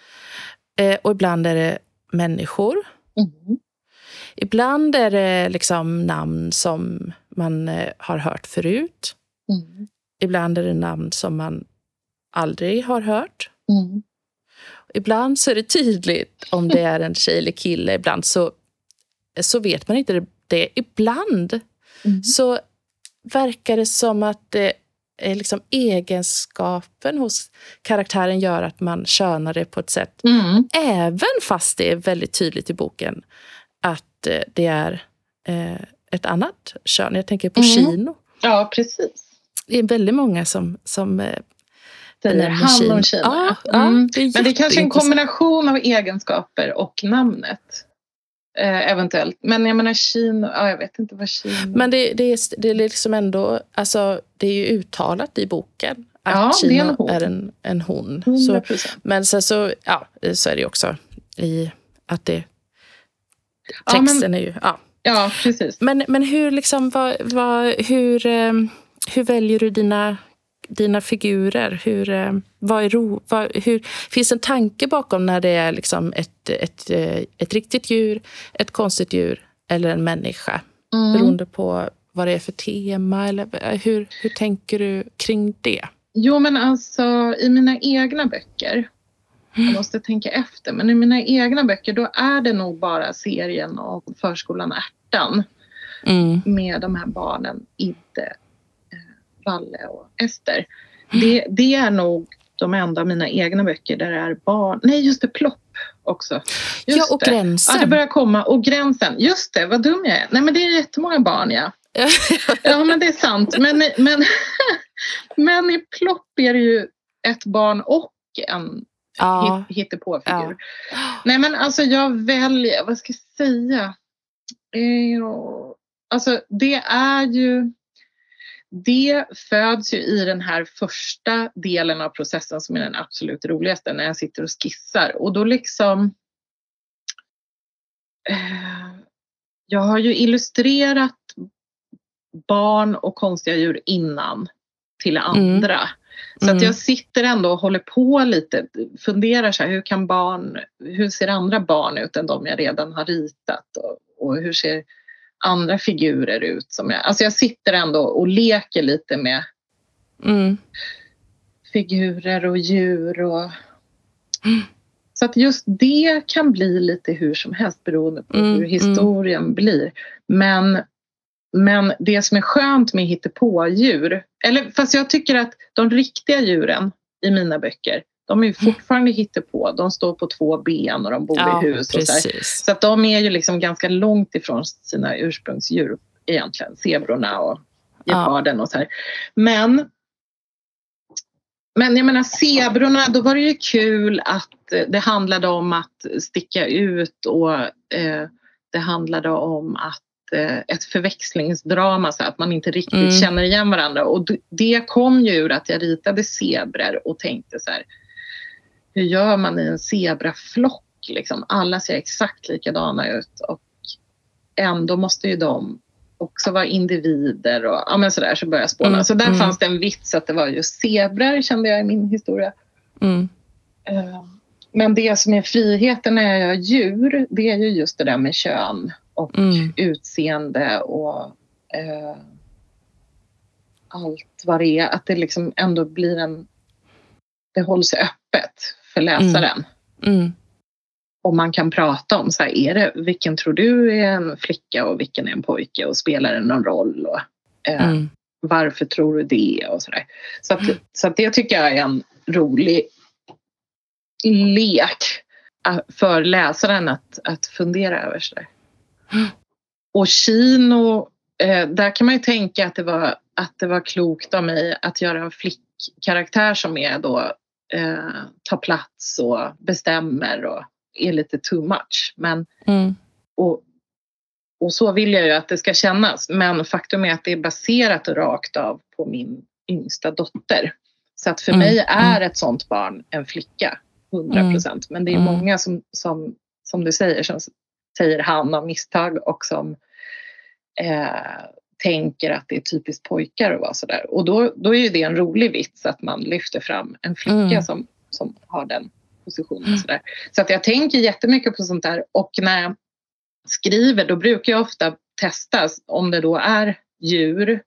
Eh, och ibland är det människor. Mm. Ibland är det liksom namn som man eh, har hört förut. Mm. Ibland är det namn som man aldrig har hört. Mm. Ibland så är det tydligt om det är en tjej eller kille. Ibland så, så vet man inte det. det. Ibland Mm. så verkar det som att det är liksom egenskapen hos karaktären gör att man könar det på ett sätt. Mm. Även fast det är väldigt tydligt i boken att eh, det är eh, ett annat kön. Jag tänker på Mm. Kino. Ja, precis. Det är väldigt många som, som eh, Säger benämner han Kino. och Kina. Ja, Ja. ja, Mm. det är Men det är kanske en jätteintressant. kombination av egenskaper och namnet. Eh, eventuellt. Men jag menar Kino, ja, jag vet inte vad Kino... Men det, det, är, det är liksom ändå, alltså det är ju uttalat i boken att Ja, det är Kino en hon. är en, en hon. hundra Så, procent. men sen så, ja, så är det ju också i att det, Ja, men- texten är ju, ja. Ja, precis. Men, men hur liksom, vad, vad, hur, eh, hur väljer du dina, dina figurer? Hur, eh, vad är ro, vad, hur, finns det en tanke bakom när det är liksom ett, ett, eh, ett riktigt djur, ett konstigt djur eller en människa? Mm. Beroende på vad det är för tema eller hur, hur tänker du kring det? Jo, men alltså i mina egna böcker, jag måste tänka efter, men i mina egna böcker då är det nog bara serien om förskolan Ärtan Mm. med de här barnen Idde, eh, Valle och Ester. Det, det är nog de enda av mina egna böcker där det är barn, nej just det, Plopp också. Just ja, och det. gränsen. Ja, det börjar komma. Och gränsen. Just det, vad dum jag är. Nej, men det är jättemånga barn, ja. Ja, men det är sant. Men, men, men i Plopp är det ju ett barn och en ja. hittepåfigur. Ja. Nej, men alltså jag väljer, vad ska jag säga? Alltså det är ju, det föds ju i den här första delen av processen som är den absolut roligaste, när jag sitter och skissar. Och då liksom, eh, jag har ju illustrerat barn och konstiga djur innan till andra. Mm. Så att jag sitter ändå och håller på lite, funderar så här, hur kan barn, hur ser andra barn ut än de jag redan har ritat, och, och hur ser andra figurer ut som jag, alltså jag sitter ändå och leker lite med mm. figurer och djur och mm. så att just det kan bli lite hur som helst beroende på mm. hur historien mm. blir. Men Men det som är skönt med hittepådjur, eller fast jag tycker att de riktiga djuren i mina böcker, de är ju fortfarande hittepå. De står på två ben och de bor ja, i hus. Och så här. Så att de är ju liksom ganska långt ifrån sina ursprungsdjur egentligen. Zebrorna och geparden ja. Och så här. Men, men jag menar zebrorna, då var det ju kul att det handlade om att sticka ut och eh, det handlade om att ett förväxlingsdrama så att man inte riktigt mm. känner igen varandra, och det kom ju ur att jag ritade zebror och tänkte så här, hur gör man i en zebraflock liksom, alla ser exakt likadana ut och ändå måste ju de också vara individer och ja men sådär, så började jag spåna mm. så där mm. fanns det en vits att det var just zebror, kände jag i min historia. mm. uh, men det som är friheten när jag gör djur, det är ju just det där med kön och mm. utseende och eh, allt vad det är, att det liksom ändå blir en, det hålls öppet för läsaren. Mm. Mm. Och man kan prata om så här, är det, vilken tror du är en flicka och vilken är en pojke och spelar det någon roll och eh, mm. varför tror du det och sådär. Så, att, mm. så att det tycker jag är en rolig lek för läsaren att, att fundera över sådär. Och Kino, eh, där kan man ju tänka att det var att det var klokt av mig att göra en flickkaraktär som är då eh, tar plats och bestämmer och är lite too much. Men mm. och, och så vill jag ju att det ska kännas, men faktum är att det är baserat rakt av på min yngsta dotter. Så att för mm. mig är ett sånt barn en flicka hundra procent, mm. men det är mm. många som som som du säger som säger han av misstag och som eh, tänker att det är typiskt pojkar och vara sådär. Och då, då är ju det en rolig vits att man lyfter fram en flicka mm. som, som har den positionen. Och sådär. Så att jag tänker jättemycket på sånt där, och när jag skriver då brukar jag ofta testa om det då är djur.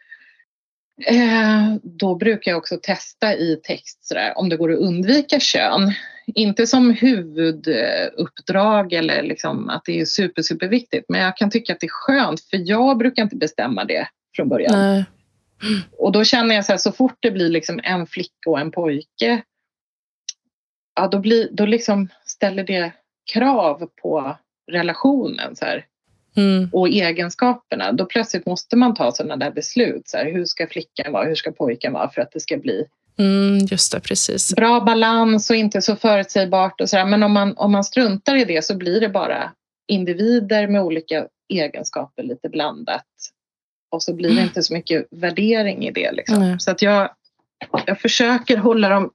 Eh, då brukar jag också testa i text sådär, om det går att undvika kön. Inte som huvuduppdrag eller liksom att det är super super viktigt, men jag kan tycka att det är skönt för jag brukar inte bestämma det från början. Nej. Och då känner jag så här, så fort det blir liksom en flicka och en pojke, ja då blir då liksom ställer det krav på relationen så här. Mm. Och egenskaperna, då plötsligt måste man ta sådana där beslut så här, hur ska flickan vara, hur ska pojken vara för att det ska bli mm, just det, precis. bra balans och inte så förutsägbart och sådär. Men om man, om man struntar i det så blir det bara individer med olika egenskaper lite blandat, och så blir det mm. inte så mycket värdering i det liksom. Mm. Så att jag, jag försöker hålla dem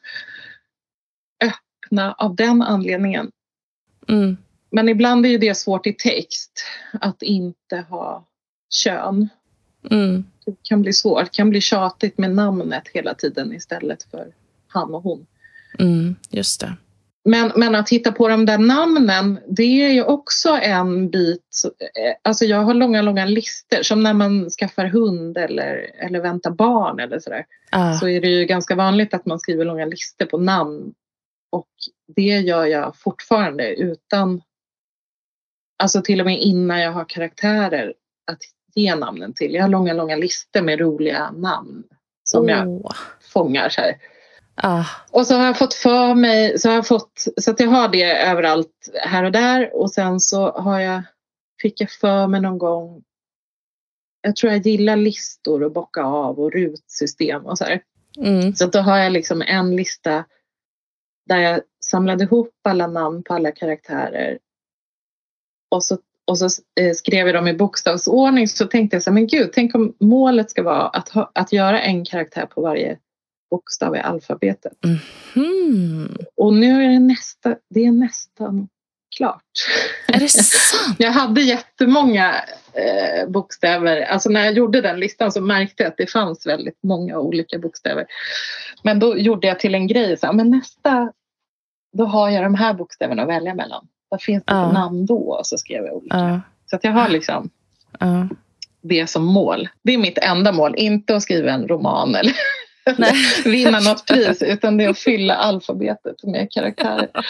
öppna av den anledningen. Mm. Men ibland är ju det svårt i text att inte ha kön. Mm. Det kan bli svårt, det kan bli tjatigt med namnet hela tiden istället för han och hon. Mm, just det. Men, men att hitta på de där namnen, det är ju också en bit. Alltså jag har långa, långa listor. Som när man skaffar hund eller, eller väntar barn eller sådär. Ah. Så är det ju ganska vanligt att man skriver långa listor på namn. Och det gör jag fortfarande utan, alltså till och med innan jag har karaktärer att ge namnen till. Jag har långa, långa listor med roliga namn som oh. jag fångar så här. Ah. Och så har jag fått för mig, så har jag fått, så att jag har det överallt här och där. Och sen så har jag, fick jag för mig någon gång, jag tror jag gillar listor och bocka av och rutsystem och så här. Mm. Så då har jag liksom en lista där jag samlade ihop alla namn på alla karaktärer. Och så, och så skrev jag dem i bokstavsordning. Så tänkte jag så här, men gud, tänk om målet ska vara att, ha, att göra en karaktär på varje bokstav i alfabetet. Mm. Och nu är det, nästa, det är nästan klart. Är det sant? Jag hade jättemånga eh, bokstäver. Alltså när jag gjorde den listan så märkte jag att det fanns väldigt många olika bokstäver. Men då gjorde jag till en grej. Så här, men nästa, då har jag de här bokstäverna att välja mellan. Vad finns det för uh. namn då? Och så skrev jag olika. Uh. Så att jag har liksom uh. det som mål. Det är mitt enda mål. Inte att skriva en roman eller vinna något pris. Utan det är att fylla alfabetet med karaktärer. Ja.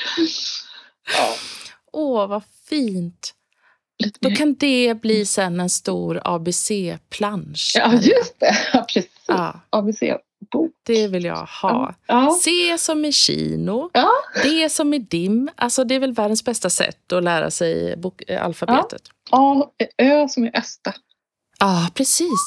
Åh, vad fint. Då kan det bli sen en stor A B C-plansch. Ja, just det. Ja, precis. Ja. A B C-bok. Det vill jag ha. Ja. C som i kino. Ja. D som i dim. Alltså det är väl världens bästa sätt att lära sig bok- alfabetet. Ja. Ja, Ö som i östa. Ja, precis.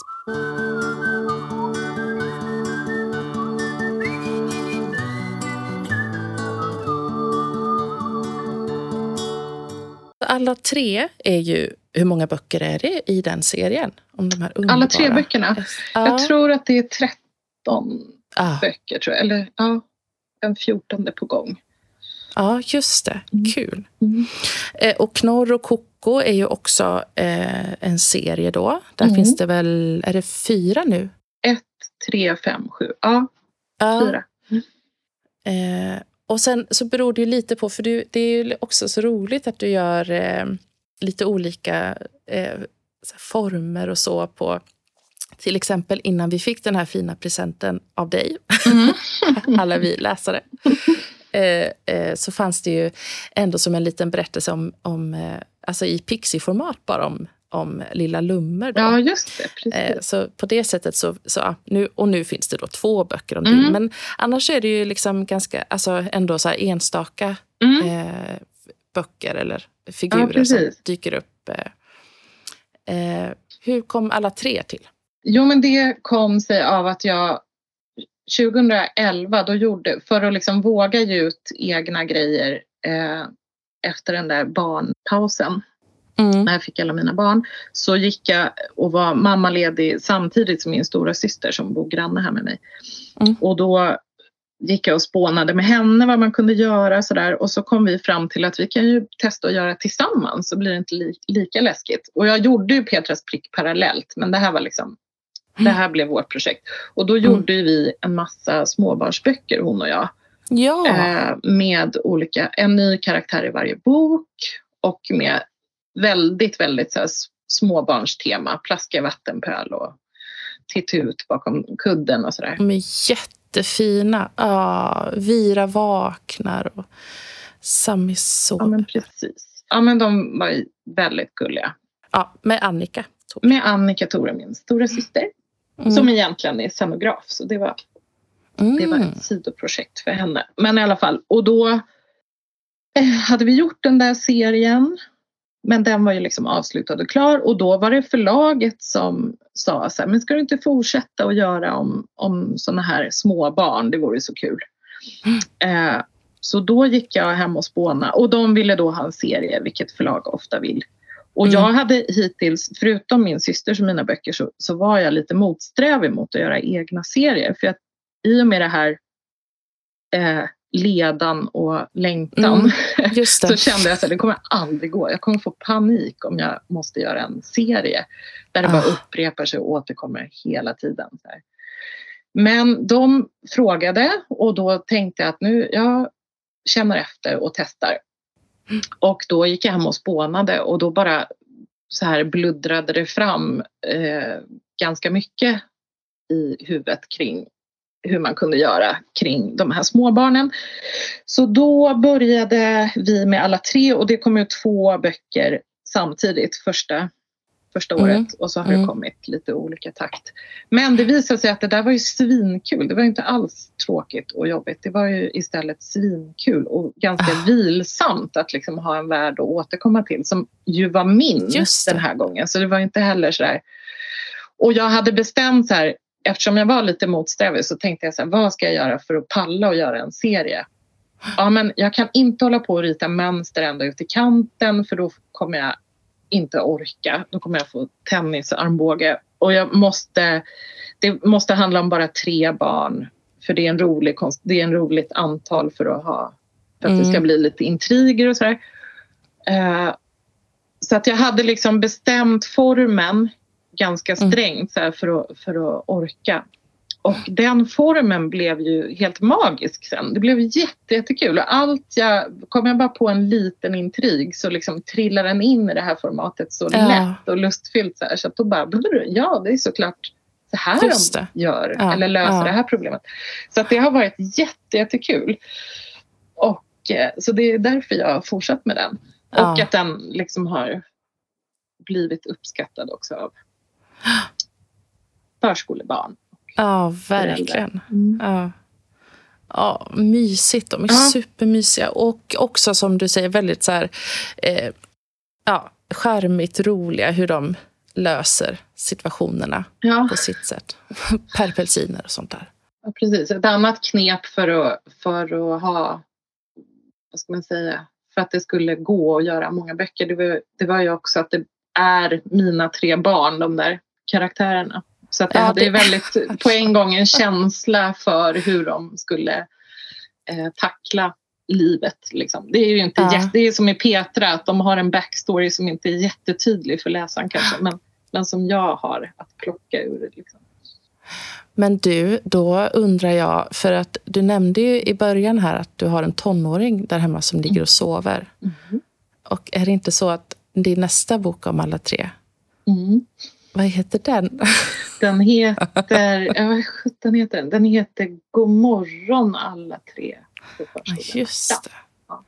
Alla tre är ju, hur många böcker är det i den serien? Om de här underbara. Alla tre böckerna? Ja. Jag tror att det är tretton ah. böcker, tror jag. Eller ja, en fjortonde på gång. Ja, just det. Kul. Mm. Eh, och Knorr och Koko är ju också eh, en serie då. Där mm. finns det väl, är det fyra nu? Ett, tre, fem, sju. Ja, ja. fyra. Mm. Eh, och sen så beror det ju lite på, för du, det är ju också så roligt att du gör eh, lite olika eh, former och så på, till exempel innan vi fick den här fina presenten av dig, mm. alla vi läsare, eh, eh, så fanns det ju ändå som en liten berättelse om, om eh, alltså i pixie-format bara om om Lilla Lummer då. Ja, just det, precis. Eh, så på det sättet så, så nu, och nu finns det då två böcker om mm. det. Men annars är det ju liksom ganska, alltså ändå så här enstaka mm. eh, böcker eller figurer ja, som dyker upp. Eh, eh, hur kom alla tre till? Jo, men det kom sig av att jag tjugohundraelva då gjorde, för att liksom våga ge ut egna grejer eh, efter den där barnpausen. Mm. När jag fick alla mina barn så gick jag och var mammaledig samtidigt som min stora syster som bor granne här med mig. Mm. Och då gick jag och spånade med henne vad man kunde göra sådär. Och så kom vi fram till att vi kan ju testa att göra tillsammans så blir det inte li- lika läskigt. Och jag gjorde ju Petras prick parallellt, men det här var liksom mm. det här blev vårt projekt. Och då mm. gjorde vi en massa småbarnsböcker, hon och jag. Ja. Eh, med olika, en ny karaktär i varje bok och med väldigt, väldigt så här, småbarnstema. Plaska vattenpöl och titta ut bakom kudden och sådär. De är jättefina. Ah, Vira vaknar och Sammy sover. Ja, men precis. Ja, men de var väldigt gulliga. Ja, med Annika. Tore. Med Annika Tore, min stora syster. Mm. Som egentligen är scenograf. Så det var, mm. det var ett sidoprojekt för henne. Men i alla fall. Och då eh, hade vi gjort den där serien. Men den var ju liksom avslutad och klar. Och då var det förlaget som sa så här, men ska du inte fortsätta att göra om, om såna här små barn? Det vore ju så kul. Mm. Eh, så då gick jag hem och spåna. Och de ville då ha en serie, vilket förlag ofta vill. Och mm. jag hade hittills, förutom min systers och mina böcker, så, så var jag lite motsträvig mot att göra egna serier. För att i och med det här eh, ledan och längtan mm, just det. Så kände jag att det kommer aldrig gå. Jag kommer få panik om jag måste göra en serie där det ah. bara upprepar sig och återkommer hela tiden. Så här. Men de frågade och då tänkte jag att nu jag känner efter och testar. Mm. Och då gick jag hem och spånade och då bara så här bluddrade det fram eh, ganska mycket i huvudet kring hur man kunde göra kring de här småbarnen. Så då började vi med alla tre och det kom ut två böcker samtidigt. Första första Mm. året. Och så har Mm. det kommit lite olika takt. Men det visade sig att det där var ju svinkul. Det var inte alls tråkigt och jobbigt. Det var ju istället svinkul och ganska Ah. vilsamt att liksom ha en värld att återkomma till. Som ju var min Just det. den här gången. Så det var inte heller så där. Och jag hade bestämt så här. Eftersom jag var lite motsträvig så tänkte jag så här. Vad ska jag göra för att palla och göra en serie? Ja, men jag kan inte hålla på och rita mönster ända ut i kanten. För då kommer jag inte orka. Då kommer jag få tennisarmbåge. Och jag måste, det måste handla om bara tre barn. För det är en rolig, det är en roligt antal för att ha. För att mm. det ska bli lite intriger och sådär. Uh, så att jag hade liksom bestämt formen ganska strängt så här, för, att, för att orka. Och den formen blev ju helt magisk sen. Det blev jätte, jättekul. Och allt jag, kom jag bara på en liten intrig så liksom trillar den in i det här formatet så ja. lätt och lustfyllt. Så, här, så att då bara, ja det är såklart så här de gör. Ja. Eller löser ja. det här problemet. Så att det har varit jätte, jättekul. Och så det är därför jag har fortsatt med den. Ja. Och att den liksom har blivit uppskattad också av förskolebarn. Ja, verkligen. Mm. Ja. Ja, mysigt. De är ja. supermysiga. Och också som du säger väldigt så här eh, ja, charmigt, roliga hur de löser situationerna ja. på sitt sätt. Perpelsiner och sånt där. Ja, precis. Ett annat knep för att, för att ha, vad ska man säga, för att det skulle gå att göra många böcker. Det var, det var ju också att det är mina tre barn, de där karaktärerna. Så att jag ja, hade det... väldigt på en gång en känsla för hur de skulle eh, tackla livet. Liksom. Det är ju inte ja. jätte, det är som i Petra att de har en backstory som inte är jättetydlig för läsaren kanske. Men, men som jag har att plocka ur. Liksom. Men du, då undrar jag, för att du nämnde ju i början här att du har en tonåring där hemma som ligger och sover. Mm. Och är det inte så att det är nästa bok om alla tre? Mm. Vad heter den? Den heter, ja, vad sjutton heter den? Den heter God morgon alla tre. Just det. Ja.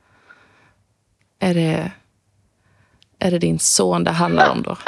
Är det är det din son det handlar om då?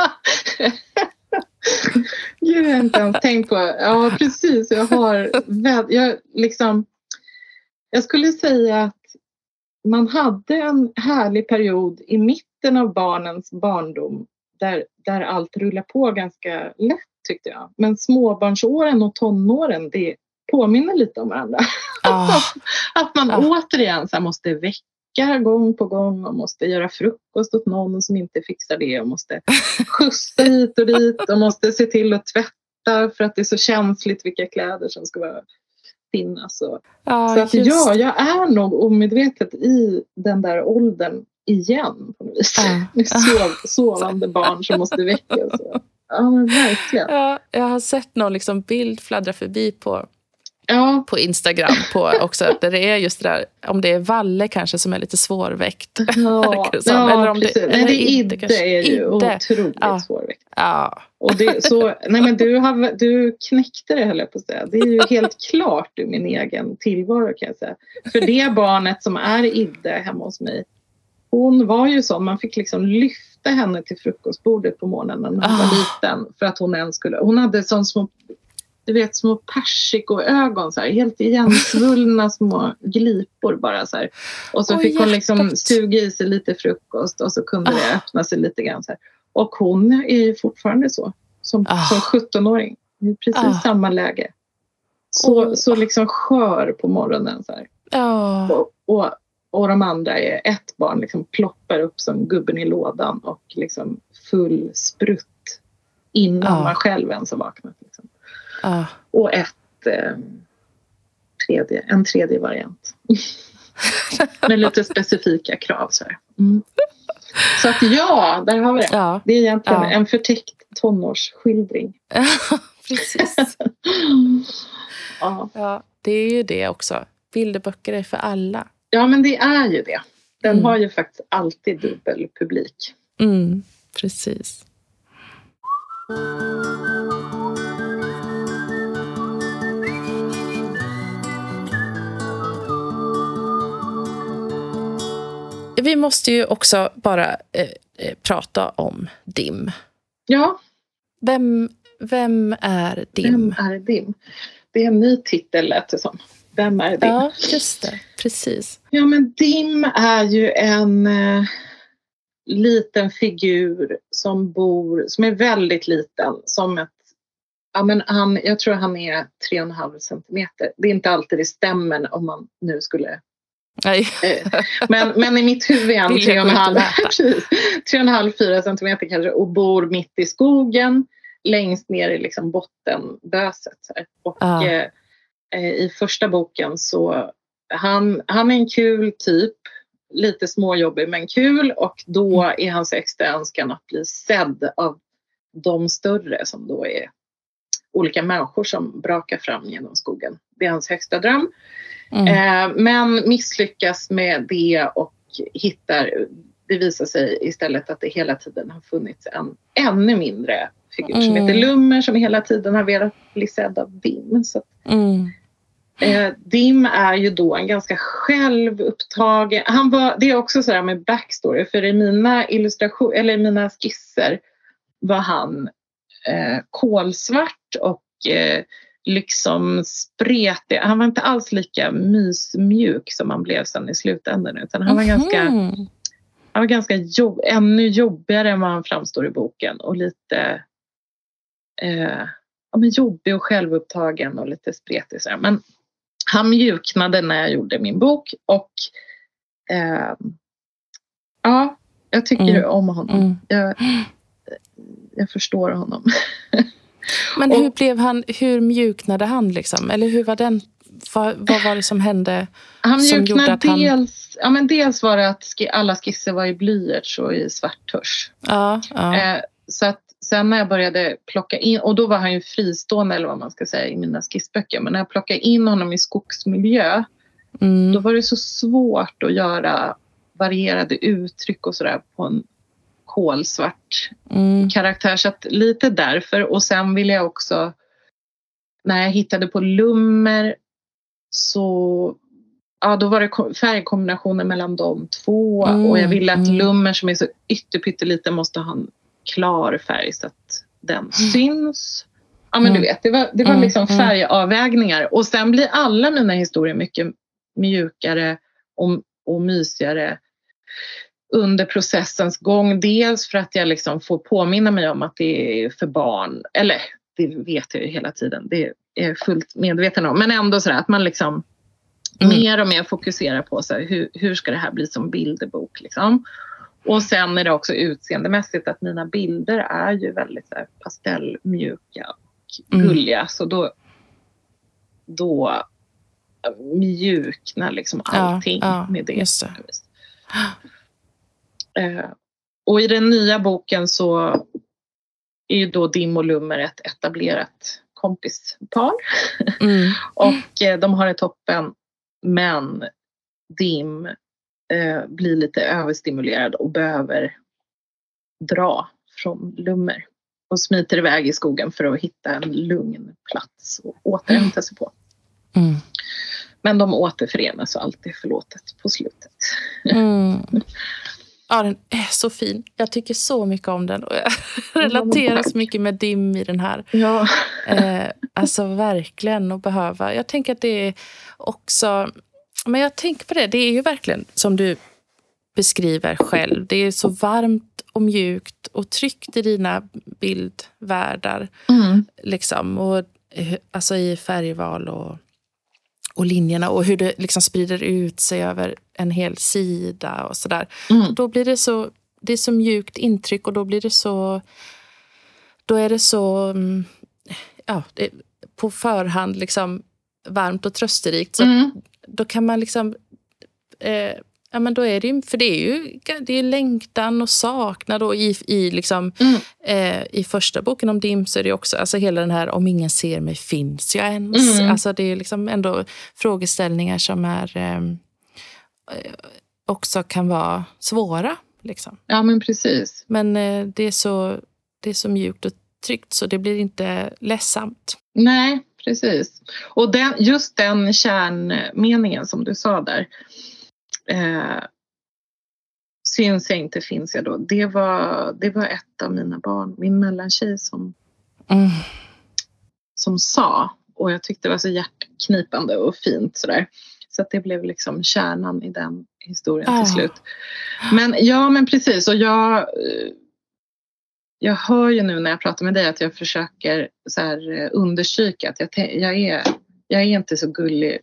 Gud, jag har inte ens tänkt på. Ja, precis. Jag har jag liksom jag skulle säga att man hade en härlig period i mitten av barnens barndom där, där allt rullar på ganska lätt tyckte jag. Men småbarnsåren och tonåren, det påminner lite om varandra. Oh. Att man oh. återigen så här, måste väcka gång på gång och måste göra frukost åt någon som inte fixar det och måste skjutsa hit och dit och måste se till att tvätta för att det är så känsligt vilka kläder som ska vara finnas. Och. Oh, så att ja, jag är nog omedvetet i den där åldern igen på något vis. Uh. Med sov, sovande barn som måste väckas. Ja, men verkligen. Ja, jag har sett någon liksom bild fladdra förbi på, ja. på Instagram på också, där det är just det där, om det är Valle kanske som är lite svårväckt. Ja, det ja eller om precis. Det, nej, det är Idde kanske. är ju Idde. otroligt ja. svårväckt. Ja. Och det, så, nej men du, har, du knäckte det, höll jag på att säga. Det är ju helt klart ur min egen tillvaro kan jag säga. För det barnet som är Idde hemma hos mig, hon var ju så, man fick liksom lyfta henne till frukostbordet på morgonen när hon oh. var liten. För att hon ens skulle, hon hade sån små, du vet, små persikoögon så här, helt igensvullna små glipor bara så här. Och så oh, fick hon liksom hjärtat. suga i sig lite frukost och så kunde oh. det öppna sig lite grann så här. Och hon är ju fortfarande så, som, oh. som sjuttonåring. Det är precis oh. samma läge. Så, oh. så liksom skör på morgonen så här. Oh. Och, och Och de andra är ett barn liksom ploppar upp som gubben i lådan och liksom full sprutt innan ah. man själv ens har vaknat. Liksom. Ah. Och ett eh, tredje, en tredje variant. Med lite specifika krav. Så, här. Mm. Så att ja, där har vi det. Ja. Det är egentligen ja. en förtäckt tonårsskildring. Precis. ja. ja, det är ju det också. Bilderböcker är för alla. Ja, men det är ju det. Den mm. har ju faktiskt alltid dubbel publik. Mm, precis. Vi måste ju också bara eh, prata om D I M. Ja. Vem, vem är Dim? Vem är Dim? Det är en ny titel, lät det som. Vem är Dim? Ja, just det. Precis. Ja, men Dim är ju en eh, liten figur som bor, som är väldigt liten. Som ett, ja, men han, jag tror han är tre och en halv centimeter. Det är inte alltid det stämmer om man nu skulle... Nej. Men, men i mitt huvud är han tre och en halv, tre och en halv, fyra centimeter kanske, och bor mitt i skogen längst ner i liksom bottenböset. Och ah. eh, i första boken så han, han är en kul typ, lite småjobbig men kul, och då är hans extra önskan att bli sedd av de större som då är olika människor som brakar fram genom skogen. Det är hans högsta dröm. Mm. Eh, men misslyckas med det och hittar, det visar sig istället att det hela tiden har funnits en ännu mindre figur mm. som heter Lummer, som hela tiden har velat bli sedd av Dim. Så att, mm. eh, Dim är ju då en ganska självupptagen, han var, det är också så här med backstory, för i mina illustrationer eller i mina skisser var han eh, kolsvart och eh, liksom spretig. Han var inte alls lika mysmjuk som han blev sen i slutändan, utan han var mm-hmm. ganska han var ganska jobb, ännu jobbigare än vad han framstår i boken, och lite eh, ja, men jobbig och självupptagen och lite spretig så här. Men han mjuknade när jag gjorde min bok, och eh, ja, jag tycker mm. om honom. Mm. Jag, jag förstår honom. Men hur blev han, hur mjuknade han liksom? Eller hur var den, vad, vad var det som hände? Han som mjuknade att han... dels, ja men dels var det att sk- alla skisser var i blyerts och i svarttusch. Ja, ja. Eh, så att sen när jag började plocka in, och då var han ju fristående eller vad man ska säga i mina skissböcker, men när jag plockade in honom i skogsmiljö mm. då var det så svårt att göra varierade uttryck och sådär på en kolsvart mm. karaktär, så att lite därför. Och sen ville jag också, när jag hittade på Lummer, så ja, då var det färgkombinationer mellan de två mm. och jag ville att Lummer, som är så ytterpytteliten, måste ha en klar färg så att den mm. syns. Ja men mm. du vet, det var, det var liksom färgavvägningar, och sen blir alla mina historier mycket mjukare och, och mysigare under processens gång. Dels för att jag liksom får påminna mig om att det är för barn. Eller det vet jag ju hela tiden. Det är jag fullt medveten om. Men ändå så att man liksom mm. mer och mer fokuserar på så här, hur, hur ska det här bli som bilderbok liksom. Och sen är det också utseendemässigt att mina bilder är ju väldigt så här, pastellmjuka och gulliga. Mm. Så då, då mjuknar liksom allting ja, ja, med det. Just det. Eh, och i den nya boken så är ju då Dim och Lummer ett etablerat kompispar. Mm. och eh, de har det toppen, men Dim eh, blir lite överstimulerad och behöver dra från Lummer och smiter iväg i skogen för att hitta en lugn plats och återhämta sig på. Mm. Men de återförenas och allt är förlåtet på slutet. Mm. Ja, den är så fin. Jag tycker så mycket om den. Och jag relaterar så mycket med Dim i den här. Ja. Eh, alltså verkligen att behöva. Jag tänker att det är också... Men jag tänker på det. Det är ju verkligen som du beskriver själv. Det är så varmt och mjukt och tryggt i dina bildvärldar. Mm. Liksom. Och, alltså i färgval och... och linjerna och hur det liksom sprider ut sig över en hel sida och sådär. Mm. Då blir det så, det är så mjukt intryck, och då blir det så, då är det så, ja, det, på förhand liksom varmt och trösterikt. Så mm. då kan man liksom, eh, ja men då är det ju, för det är ju, det är längtan och saknad, och i, i liksom, mm. eh, i första boken om Dim så är det också, alltså hela den här, om ingen ser mig finns jag ens. Mm. Alltså det är liksom ändå frågeställningar som är, eh, också kan vara svåra liksom. Ja men precis. Men eh, det är så, det är så mjukt och tryggt så det blir inte ledsamt. Nej, precis. Och den, just den kärnmeningen som du sa där, Eh, syns jag inte finns jag då. Det var, det var ett av mina barn, min mellantjej som, Mm. som sa. Och jag tyckte det var så hjärtknipande och fint sådär. Så att det blev liksom kärnan i den historien Ah. till slut. Men ja, men precis. Och jag, jag hör ju nu när jag pratar med dig att jag försöker så här understryka att jag, jag, är, jag är inte så gullig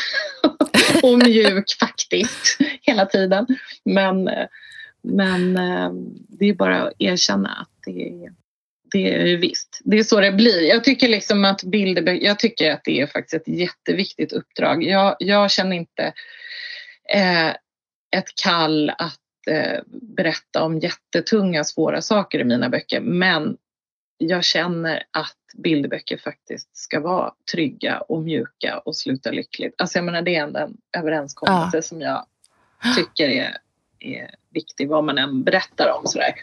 och mjuk faktiskt hela tiden. Men, men det är bara att erkänna att det är, det är visst. Det är så det blir. Jag tycker liksom att bilder, jag tycker att det är faktiskt ett jätteviktigt uppdrag. Jag, jag känner inte eh, ett kall att eh, berätta om jättetunga, svåra saker i mina böcker. Men jag känner att bilderböcker faktiskt ska vara trygga och mjuka och sluta lyckligt. Alltså jag menar, det är en överenskommelse Ja. som jag tycker är, är viktig vad man än berättar om sådär.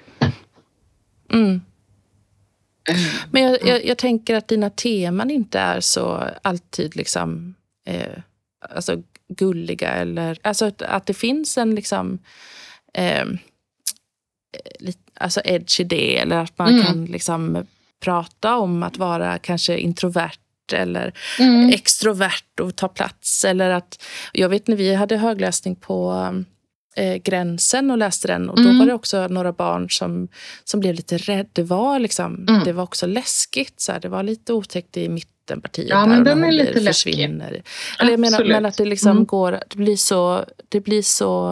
Mm. Men jag, jag, jag tänker att dina teman inte är så alltid liksom eh, alltså gulliga eller alltså att, att det finns en liksom eh, lite, alltså edge i det, eller att man mm. kan liksom prata om att vara kanske introvert eller mm. extrovert och ta plats, eller att jag vet när vi hade högläsning på eh, Gränsen och läste den, och då mm. var det också några barn som, som blev lite rädda. Det var liksom mm. det var också läskigt så här. Det var lite otäckt i mittenpartiet ja, där, men och den när är hon lite försvinner. läskig. Eller jag menar, men att det liksom mm. går, det blir så det blir så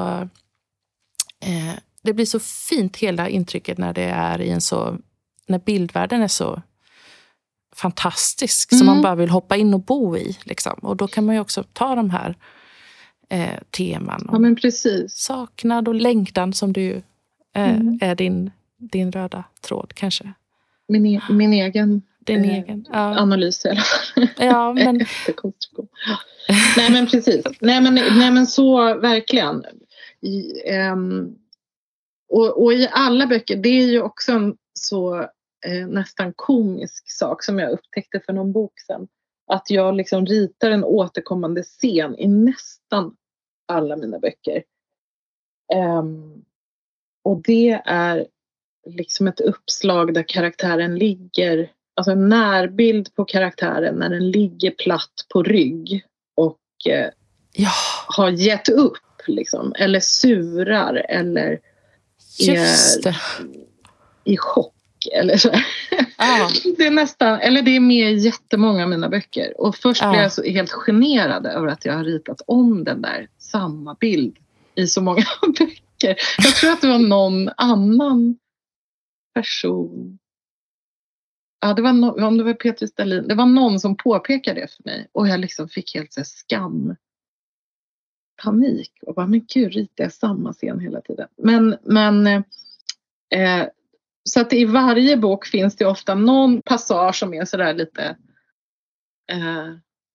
eh, det blir så fint hela intrycket när det är i en så, när bildvärlden är så fantastisk mm. som man bara vill hoppa in och bo i liksom. Och då kan man ju också ta de här eh, teman ja, men precis. saknad och längtan som du eh, mm. är din, din röda tråd kanske. Min, e- min egen, din eh, egen ja. analys i alla fall. Ja, men... nej men precis. Nej men, nej, men så verkligen. I, um, och, och i alla böcker, det är ju också en så eh, nästan komisk sak som jag upptäckte för någon bok sedan. Att jag liksom ritar en återkommande scen i nästan alla mina böcker. Um, och det är liksom ett uppslag där karaktären ligger, alltså en närbild på karaktären när den ligger platt på rygg och eh, ja. har gett upp liksom, eller surar eller Just det. är i chock eller så. Ah. Det är nästan, eller det är med i jättemånga av mina böcker. Och först ah. blev jag så helt generad över att jag har ritat om den där samma bild i så många böcker. Jag tror att det var någon annan person. Ja, det var no- om det var Peter Stalin. Det var någon som påpekade det för mig. Och jag liksom fick helt så här skam. Panik. Och bara, men gud, ritar jag samma scen hela tiden. Men, men eh, så att i varje bok finns det ofta någon passage som är sådär lite eh,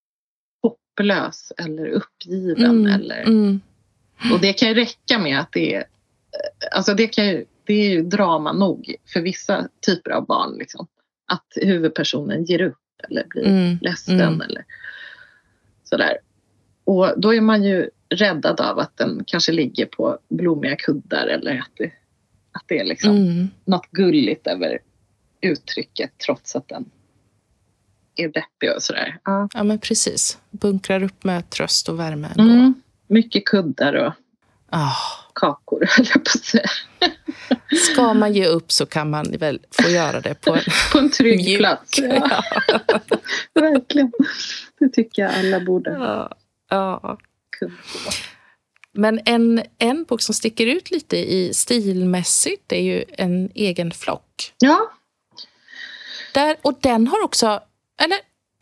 hopplös eller uppgiven. Mm, eller, mm. Och det kan ju räcka med att det är, alltså det, kan ju, det är ju drama nog för vissa typer av barn. Liksom. Att huvudpersonen ger upp eller blir mm, ledsen mm. eller sådär. Och då är man ju räddad av att den kanske ligger på blommiga kuddar eller att det, att det är liksom mm. något gulligt över uttrycket trots att den är deppig och sådär. Ja, ja men precis. Bunkrar upp med tröst och värme ändå. Mm. Mycket kuddar och oh. kakor, höll jag på att säga. Ska man ge upp så kan man väl få göra det på en, på en trygg mjuk. plats. Ja. Verkligen. Det tycker jag alla borde ja. Ja. kunna. Men en, en bok som sticker ut lite i stilmässigt är ju En egen flock. Ja. Där, och den har också, eller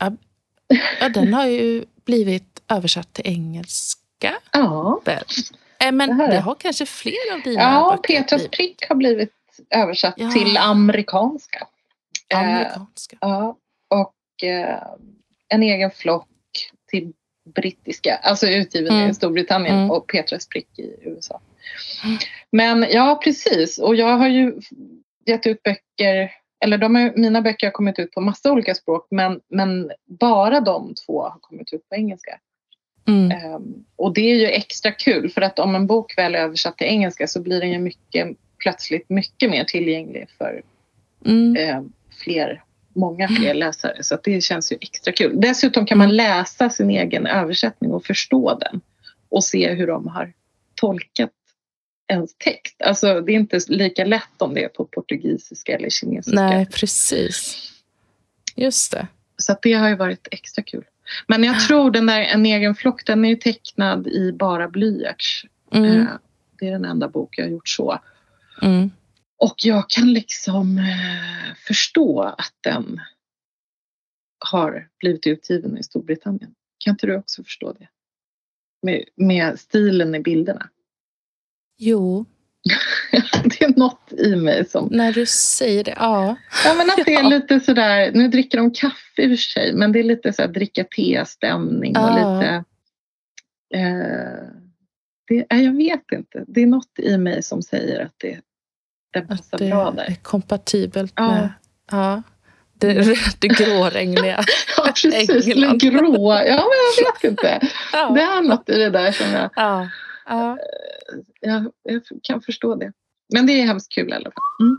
ja, den har ju blivit översatt till engelska. Ja. Väl. Men det, det har kanske fler av dina ja, böcker. Petras prick har blivit översatt ja. till amerikanska. Amerikanska. Eh, ja, och eh, En egen flock till brittiska, alltså utgiven mm. i Storbritannien mm. och Petras prick i U S A. Mm. Men ja, precis. Och jag har ju gett ut böcker, eller de är, mina böcker har kommit ut på massa olika språk, men, men bara de två har kommit ut på engelska. Mm. Um, och det är ju extra kul för att om en bok väl är översatt till engelska så blir den ju mycket, plötsligt mycket mer tillgänglig för Mm. um, fler, många fler läsare. Så att det känns ju extra kul. Dessutom kan man läsa sin egen översättning och förstå den och se hur de har tolkat ens text. Alltså det är inte lika lätt om det är på portugisiska eller kinesiska. Nej, precis. Just det. Så att det har ju varit extra kul. Men jag tror den där En egen flock, den är ju tecknad i bara blyerts. Mm. Det är den enda bok jag har gjort så. Mm. Och jag kan liksom förstå att den har blivit utgiven i Storbritannien. Kan inte du också förstå det? Med, med stilen i bilderna. Jo. Det är något i mig som... När du säger det, ja. Ja, men att det är lite sådär... Nu dricker de kaffe i och för sig. Men det är lite så här dricka te-stämning. Och ja. lite... Eh, det, nej, jag vet inte. Det är något i mig som säger att det, det passar att det bra där. är kompatibelt ja. med... Ja. Det, det gråregniga ja, precis. Det grå. Ja, men jag vet inte. Ja. Det är något i det där som jag... Ja. Ja. Jag, jag kan förstå det. Men det är hemskt kul i alla fall. Mm.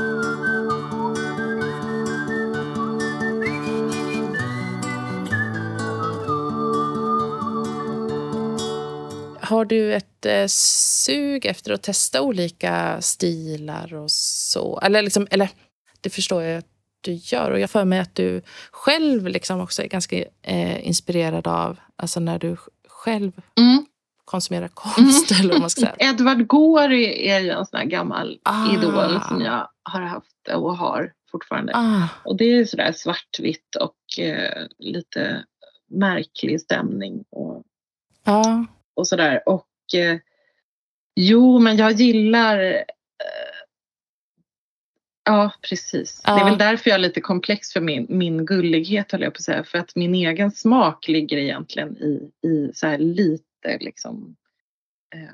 Har du ett eh, sug efter att testa olika stilar och så? Eller, liksom, eller det förstår jag att du gör. Och jag för mig att du själv liksom också är ganska eh, inspirerad av, alltså när du själv mm. konsumerar konst. Mm. Eller vad man ska säga. Edvard Gorey är ju en sån här gammal ah. idol som jag har haft och har fortfarande. Ah. Och det är ju sådär svartvitt och eh, lite märklig stämning. Och, ah. och sådär. Och eh, jo, men jag gillar... Eh, ja, precis. Ah. Det är väl därför jag är lite komplex för min, min gullighet, höll jag på att säga. För att min egen smak ligger egentligen i, i så här lite liksom... Eh,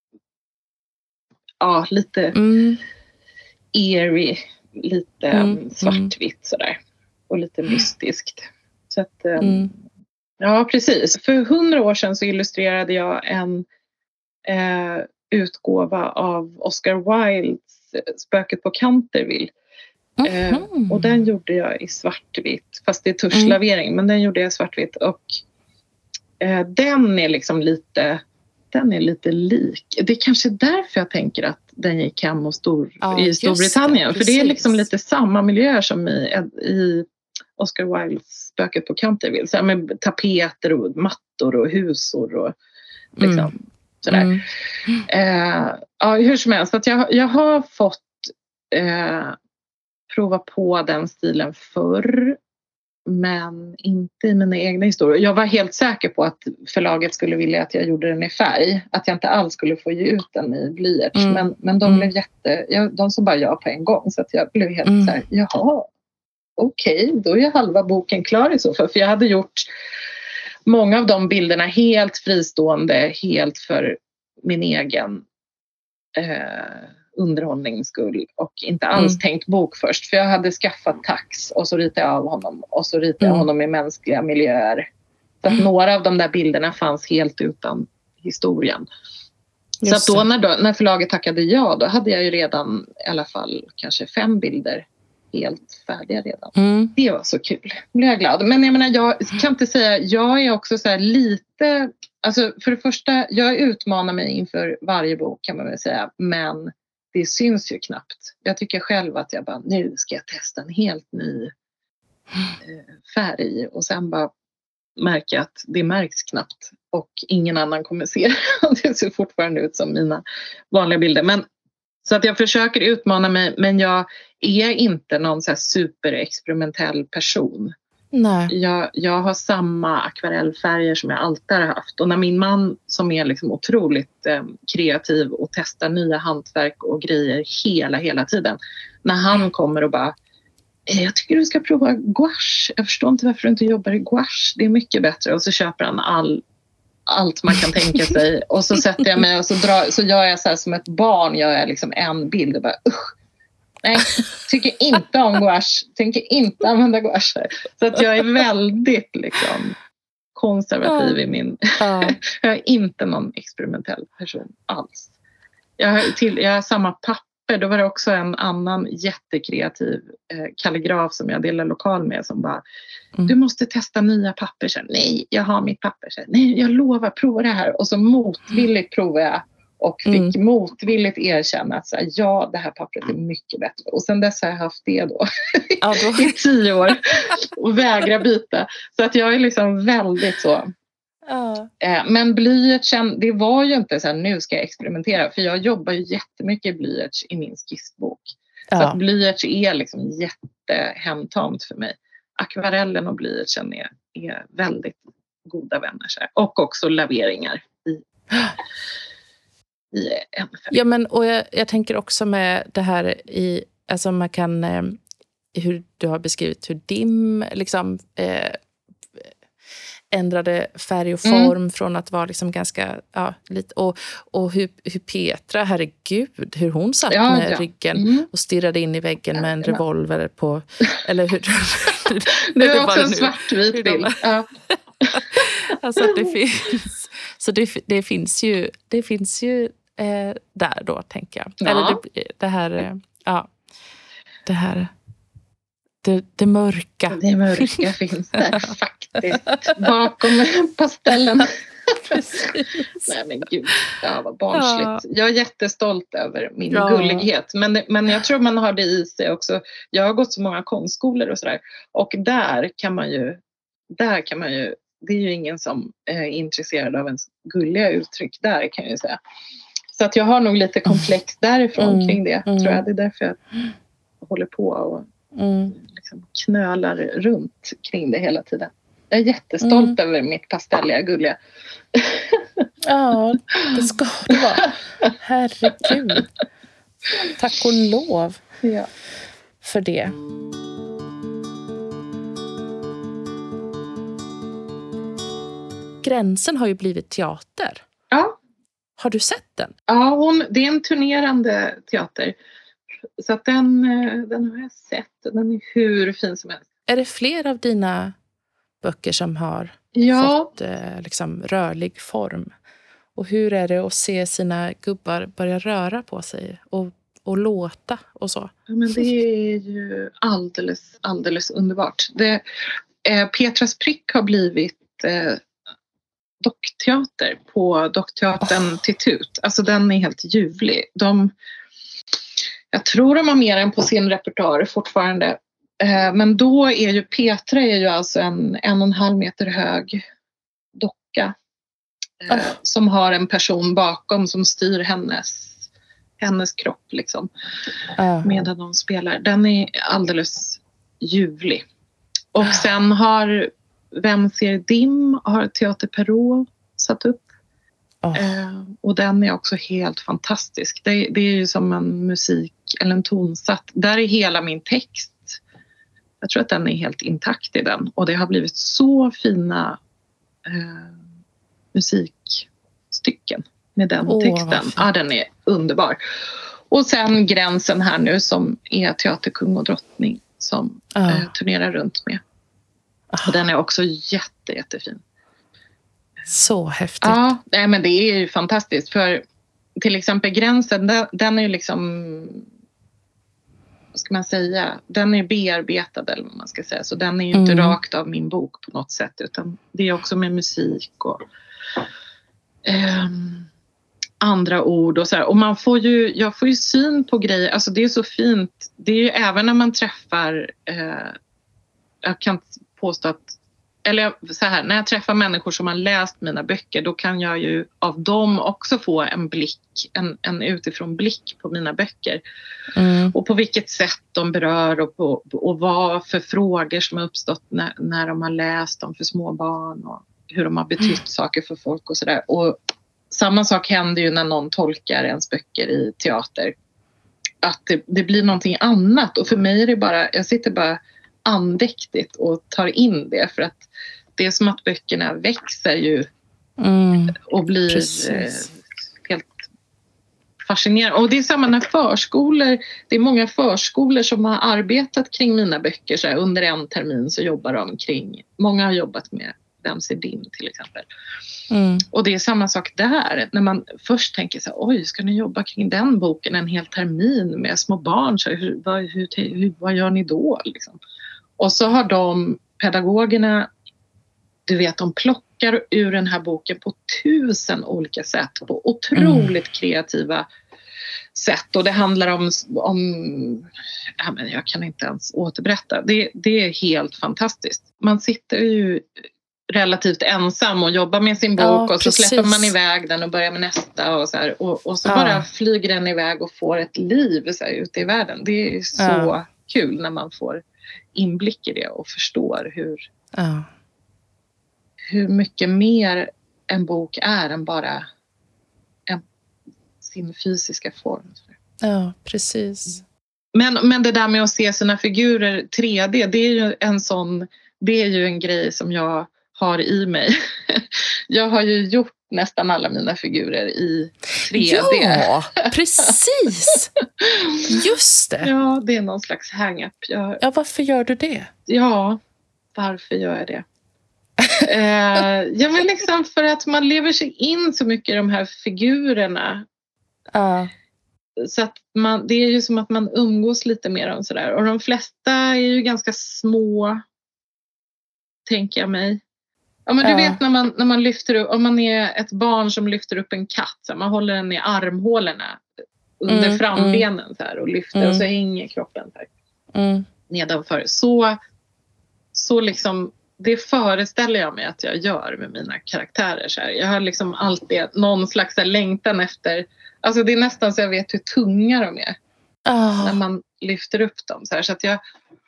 ja, lite mm. eerie, lite mm. svartvitt sådär. Och lite mystiskt. Så att, eh, mm. ja, precis. För hundra år sedan så illustrerade jag en eh, utgåva av Oscar Wildes Spöket på Canterville. Mm. Eh, och den gjorde jag i svartvitt. Fast det är tuschlavering, mm. men den gjorde jag i svartvitt. Och eh, den är liksom lite... Den är lite lik. Det är kanske därför jag tänker att den gick hem och stor, ja, i Storbritannien. Det, för det är liksom lite samma miljö som i, i Oscar Wildes Spöket på Canterville. Så här med tapeter och mattor och husor och liksom mm. sådär. Mm. Eh, ja, hur som helst. Att jag, jag har fått eh, prova på den stilen förr. Men inte i mina egna historier. Jag var helt säker på att förlaget skulle vilja att jag gjorde den i färg. Att jag inte alls skulle få ge ut den i blyerts. Mm. Men, men de mm. blev jätte... Jag, de sa bara ja på en gång. Så att jag blev helt mm. så här, jaha. Okej, okay, då är halva boken klar i så fall. För jag hade gjort många av de bilderna helt fristående. Helt för min egen... Eh, underhållnings skull och inte alls mm. tänkt bok först, för jag hade skaffat tax och så ritade jag av honom och så ritade jag mm. honom i mänskliga miljöer, så att mm. några av de där bilderna fanns helt utan historien. Just så att då när, då när förlaget tackade ja, då hade jag ju redan i alla fall kanske fem bilder helt färdiga redan. Mm. Det var så kul, blev jag glad. Men jag menar, jag kan inte säga, jag är också så här lite, alltså för det första, jag utmanar mig inför varje bok kan man väl säga, men det syns ju knappt. Jag tycker själv att jag bara, nu ska jag testa en helt ny eh, färg. Och sen bara märka att det märks knappt. Och ingen annan kommer se det. Det ser fortfarande ut som mina vanliga bilder. Men, så att jag försöker utmana mig. Men jag är inte någon så här superexperimentell person. Nej. Jag, jag har samma akvarellfärger som jag alltid har haft. Och när min man som är liksom otroligt eh, kreativ och testar nya hantverk och grejer hela, hela tiden. När han kommer och bara, eh, jag tycker du ska prova gouache. Jag förstår inte varför du inte jobbar i gouache. Det är mycket bättre. Och så köper han all, allt man kan tänka sig. Och så sätter jag mig och så, drar, så gör jag så här som ett barn. Gör jag liksom en bild och bara, usch. Nej, tycker inte om gouache. Tänker inte använda gouache. Så att jag är väldigt liksom konservativ Ja. i min... Ja. Jag är inte någon experimentell person alls. Jag har, till, jag har samma papper. Då var det också en annan jättekreativ eh, kalligraf som jag delar lokal med som bara, mm. du måste testa nya papper. Så, nej, jag har mitt papper. Så, nej, jag lovar, prova det här. Och så motvilligt provade jag och fick mm. motvilligt erkänna att så här, ja, det här pappret är mycket bättre. Och sen dess har jag haft det då, ja, då. i tio år och vägrar byta. Så att jag är liksom väldigt så... Uh. Men blyerts, det var ju inte så här, nu ska jag experimentera. För jag jobbar ju jättemycket i blyerts i min skissbok. Uh. Så att blyerts är liksom jättehemtamt för mig. Akvarellen och blyertsen är, är väldigt goda vänner. Så här. Och också laveringar i, i en färg. Ja, men och jag, jag tänker också med det här i, alltså man kan, eh, hur du har beskrivit hur dim liksom eh, ändrade färg och form mm. från att vara liksom ganska, ja, lite, och, och hur, hur Petra, herregud, hur hon satt ja, med ja. ryggen mm. och stirrade in i väggen ja, med en revolver på, eller hur? Det är också en svartvit bild. Ja. Alltså att det finns, så det, det finns ju, det finns ju eh, där då, tänker jag. Ja. Eller det, det här, eh, ja, det här, det, det mörka. Det mörka finns där faktiskt. Bakom pastellen. Precis. Nej men gud, ja, vad barnsligt. Ja. Jag är jättestolt över min ja. gullighet. Men, men jag tror man har det i sig också. Jag har gått så många konstskolor och sådär. Och där kan man ju, där kan man ju, det är ju ingen som är intresserad av ens gulliga uttryck där, kan jag ju säga. Så att jag har nog lite komplex därifrån mm. kring det, mm. tror jag. Det är därför jag håller på och mm. liksom knölar runt kring det hela tiden. Jag är jättestolt mm. över mitt pastelliga gulliga. Ja, det ska det vara. Herregud. Tack och lov ja. för det. Gränsen har ju blivit teater. Ja. Har du sett den? Ja, hon, det är en turnerande teater. Så att den, den har jag sett. Den är hur fin som helst. Är det fler av dina böcker som har ja. fått eh, liksom rörlig form? Och hur är det att se sina gubbar börja röra på sig och, och låta och så? Ja, men det är ju alldeles, alldeles underbart. Det, eh, Petras prick har blivit eh, dockteater på Dockteatern oh. Titut. Alltså den är helt ljuvlig. De, jag tror de har mer än på sin repertoar fortfarande. Eh, men då är ju Petra är ju alltså en en och en halv meter hög docka. Eh, oh. Som har en person bakom som styr hennes, hennes kropp liksom. Oh. Medan de spelar. Den är alldeles ljuvlig. Och oh. sen har Vem ser dim har Teater Perrault satt upp. Oh. Eh, och den är också helt fantastisk. Det, det är ju som en musik eller en tonsatt. Där är hela min text. Jag tror att den är helt intakt i den. Och det har blivit så fina eh, musikstycken med den oh, texten. Ja, den är underbar. Och sen Gränsen här nu som är teaterkung och drottning som oh. eh, turnerar runt med. Och den är också jätte, jättefin. Så häftigt. Ja, nej, men det är ju fantastiskt. För till exempel Gränsen, den, den är ju liksom, vad ska man säga, den är bearbetad eller vad man ska säga. Så den är ju inte mm. rakt av min bok på något sätt. Utan det är också med musik och eh, andra ord och så här. Och man får ju, jag får ju syn på grejer. Alltså det är så fint. Det är ju även när man träffar, eh, jag kan påstå att, eller så här, när jag träffar människor som har läst mina böcker, då kan jag ju av dem också få en blick, en, en utifrån blick på mina böcker. Mm. Och på vilket sätt de berör och, på, och vad för frågor som har uppstått när, när de har läst dem för små barn och hur de har betytt mm. saker för folk och sådär. Och samma sak händer ju när någon tolkar ens böcker i teater. Att det, det blir någonting annat, och för mig är det bara, jag sitter bara andäktigt och tar in det, för att det är som att böckerna växer ju mm, och blir eh, helt fascinerande. Och det är samma när förskolor, det är många förskolor som har arbetat kring mina böcker så här, under en termin så jobbar de kring, många har jobbat med bestäms i dim till exempel. Mm. Och det är samma sak där. När man först tänker så här, oj, ska ni jobba kring den boken en hel termin med små barn? Så hur, vad, hur, hur, vad gör ni då? Liksom? Och så har de pedagogerna, du vet, de plockar ur den här boken på tusen olika sätt. På otroligt mm. kreativa sätt. Och det handlar om, om ja, men jag kan inte ens återberätta. Det, det är helt fantastiskt. Man sitter ju relativt ensam och jobbar med sin bok, ja, och så precis. Släpper man iväg den och börjar med nästa och så här, och, och så ja. Bara flyger den iväg och får ett liv så här, ute i världen. Det är så ja. Kul när man får inblick i det och förstår hur ja. Hur mycket mer en bok är än bara en, sin fysiska form. Ja, precis. Men, men det där med att se sina figurer tre D, det är ju en sån, det är ju en grej som jag har i mig. Jag har ju gjort nästan alla mina figurer i tre D. Ja, precis. Just det. Ja, det är någon slags hang-up. Jag, ja, varför gör du det? Ja, varför gör jag det? eh, ja, men liksom för att man lever sig in så mycket i de här figurerna. Ja. Uh. Så att man, det är ju som att man umgås lite mer om sådär. Och de flesta är ju ganska små, tänker jag mig. Ja, men du uh. vet när man, när man lyfter upp, om man är ett barn som lyfter upp en katt. Så man håller den i armhålorna under mm, frambenen mm. så här, och lyfter mm. och så hänger kroppen så här, mm. nedanför. Så, så liksom, det föreställer jag mig att jag gör med mina karaktärer. Så här. Jag har liksom alltid någon slags längtan efter, alltså det är nästan så jag vet hur tunga de är. Oh. När man lyfter upp dem. Så, här. Så att jag,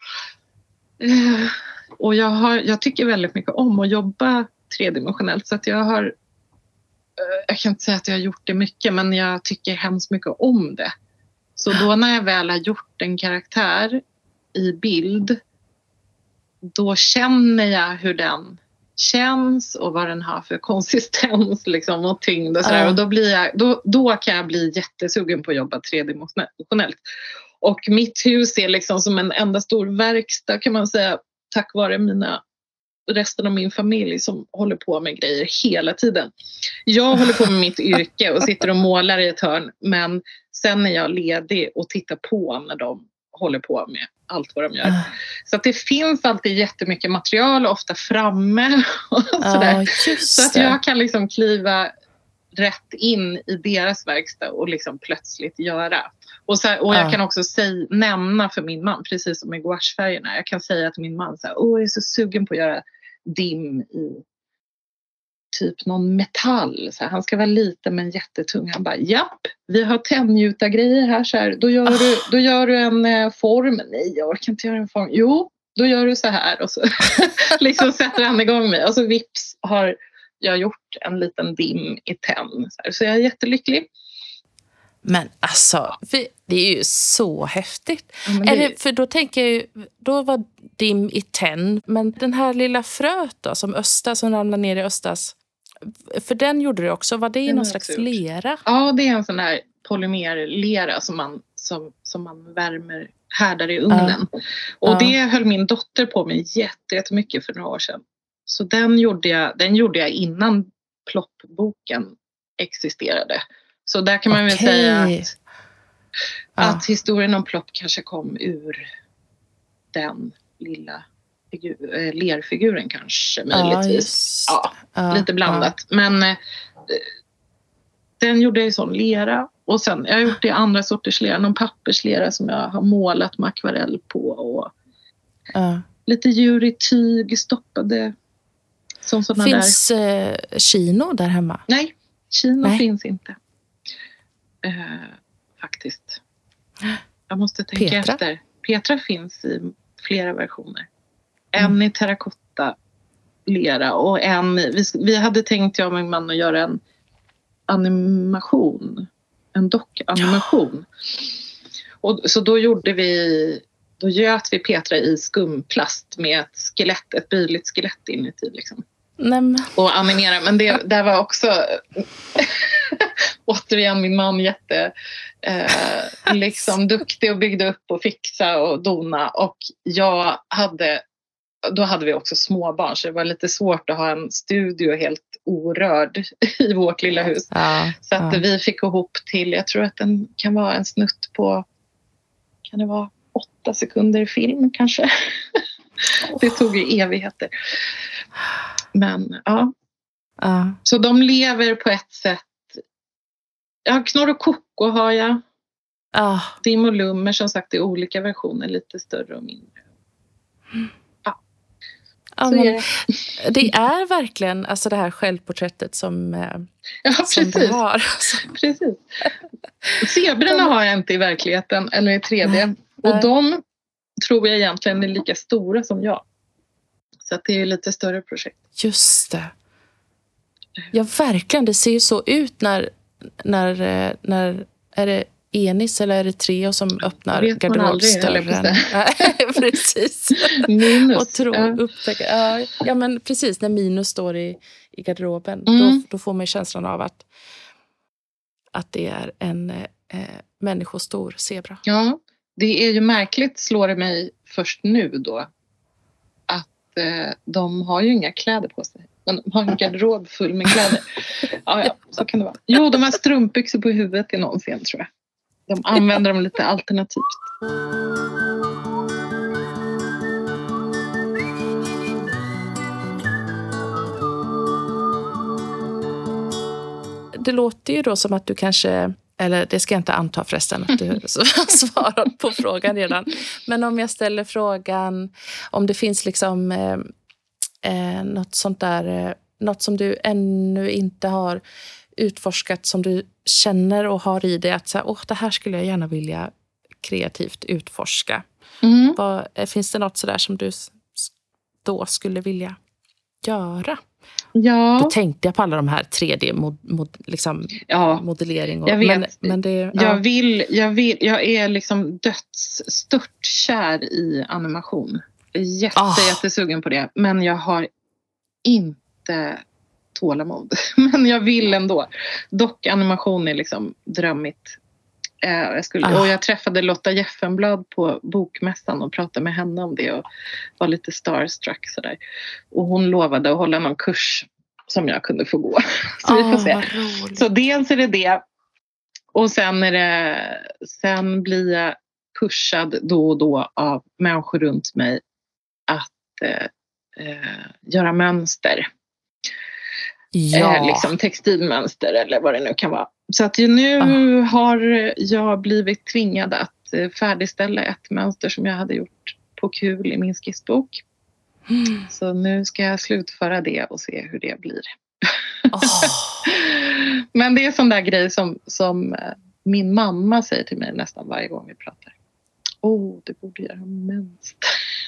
och jag, har, jag tycker väldigt mycket om att jobba tredimensionellt. Så att jag har, jag kan inte säga att jag har gjort det mycket, men jag tycker hemskt mycket om det. Så då när jag väl har gjort en karaktär i bild, då känner jag hur den känns och vad den har för konsistens liksom, och tyngd och sådär. Uh. Och då, blir jag, då, då kan jag bli jättesugen på att jobba tredimensionellt. Och mitt hus är liksom som en enda stor verkstad, kan man säga, tack vare mina, resten av min familj som håller på med grejer hela tiden. Jag håller på med mitt yrke och sitter och målar i ett hörn, men sen är jag ledig och tittar på när de håller på med allt vad de gör. Uh. Så att det finns alltid jättemycket material, ofta framme och sådär. Uh, så att jag kan liksom kliva rätt in i deras verkstad och liksom plötsligt göra. Och, så, och jag uh. kan också säg, nämna för min man, precis som med gouachefärgerna, jag kan säga till min man så här, åh, jag är så sugen på att göra dim i typ någon metall. Så här, han ska vara lite men jättetung. Han bara, japp, vi har tändgjutargrejer här. Så här. Då, gör oh. du, då gör du en eh, form. Nej, jag orkar inte göra en form. Jo, då gör du så här. Och så liksom sätter han igång mig. Och så vips har jag gjort en liten dim i tenn. Så, här. Så jag är jättelycklig. Men alltså, det är ju så häftigt. Ja, det... Är det, för då tänker jag ju, då var dim i tenn. Men den här lilla fröet då, som Östa, som ramlar ner i Östas. För den gjorde du också, var det i någon slags lera? Ja, det är en sån här polymerlera som man, som, som man värmer, härdar i ugnen. Ja. Och ja. Det höll min dotter på med jätte, jättemycket för några år sedan. Så den gjorde jag, den gjorde jag innan ploppboken existerade. Så där kan man okay. väl säga att, ja. att historien om plopp kanske kom ur den lilla figur, äh, lerfiguren kanske möjligtvis. Ja, ja, lite blandat. Ja. Men äh, den gjorde jag i sån lera. Och sen jag har gjort det i andra sorters lera. Någon papperslera som jag har målat med akvarell på. Och ja. Lite djur i tyg stoppade. Som sådana finns där. Eh, kino där hemma? Nej, kino Nej. finns inte. Uh, faktiskt. Jag måste tänka Petra? efter. Petra finns i flera versioner. Mm. En i terrakotta lera och en, vi, vi hade tänkt jag och min man att göra en animation, en dockanimation. Ja. Och så då gjorde vi, då göt vi Petra i skumplast med ett skelett, ett böjligt skelett inuti liksom. Nej. Och animera, men det där var också återigen min man jätte eh, liksom duktig och byggde upp och fixa och dona, och jag hade då hade vi också småbarn, så det var lite svårt att ha en studio helt orörd i vårt lilla hus. Ja, så att ja. vi fick ihop till, jag tror att den kan vara en snutt på, kan det vara åtta sekunder film kanske. Det tog ju evigheter. Men ja. Ja. Så de lever på ett sätt. Ja, Knorr och Koko har jag. Ja. Dim och Lummer, som sagt, i olika versioner, lite större och mindre. Ja, Ja, så men är det. det är verkligen alltså det här självporträttet som, eh, Ja, som du precis. har. Precis. Zebrorna har jag inte i verkligheten eller i tre D. Nej. Och de tror jag egentligen är lika stora som jag. Så att det är ju lite större projekt. Just det. Ja, verkligen. Det ser ju så ut när, när, eh, när är det Enis eller är det Treo som öppnar garderobsdörren? Precis. Minus. Och tro, ja. upptäcka, ja, ja, men precis. När Minus står i, i garderoben, Mm. då, då får man känslan av att, att det är en eh, människostor zebra. Ja, det är ju märkligt, slår det mig först nu då, att eh, de har ju inga kläder på sig. De har en garderob full med kläder. Ja, ja, så kan det vara. Jo, de har strumpbyxor på huvudet i någon scen, tror jag. De använder dem lite alternativt. Det låter ju då som att du kanske, eller det ska jag inte anta förresten att du har svarat på frågan redan. Men om jag ställer frågan om det finns liksom eh, eh, något sånt där, eh, något som du ännu inte har utforskat, som du känner och har i dig att så här, åh, det här skulle jag gärna vilja kreativt utforska. Mm. Vad, finns det något sådär som du då skulle vilja göra? Ja. Då tänkte jag på alla de här tre D mod, mod, liksom, Ja, modellering. Och, jag vet. Men, men det, ja. jag, vill, jag, vill, jag är liksom dödsstört kär i animation. Jag är jätte, Oh. jättesugen på det. Men jag har inte tålamod. Men jag vill ändå. Dock animation är liksom drömmigt. Eh, jag skulle, Oh. och jag träffade Lotta Jeffenblad på bokmässan och pratade med henne om det och var lite starstruck sådär. Och hon lovade att hålla någon kurs som jag kunde få gå. Så vi får Oh, se. vad roligt. Så dels är det det. Och sen är det, sen blir jag pushad då och då av människor runt mig att eh, eh, göra mönster. Ja. Eh, liksom textilmönster eller vad det nu kan vara. Så att ju nu Ah. har jag blivit tvingad att eh, färdigställa ett mönster som jag hade gjort på kul i min skissbok. Mm. Så nu ska jag slutföra det och se hur det blir. Oh. Men det är sån där grej som, som eh, min mamma säger till mig nästan varje gång vi pratar. Åh, oh, du borde göra mönster.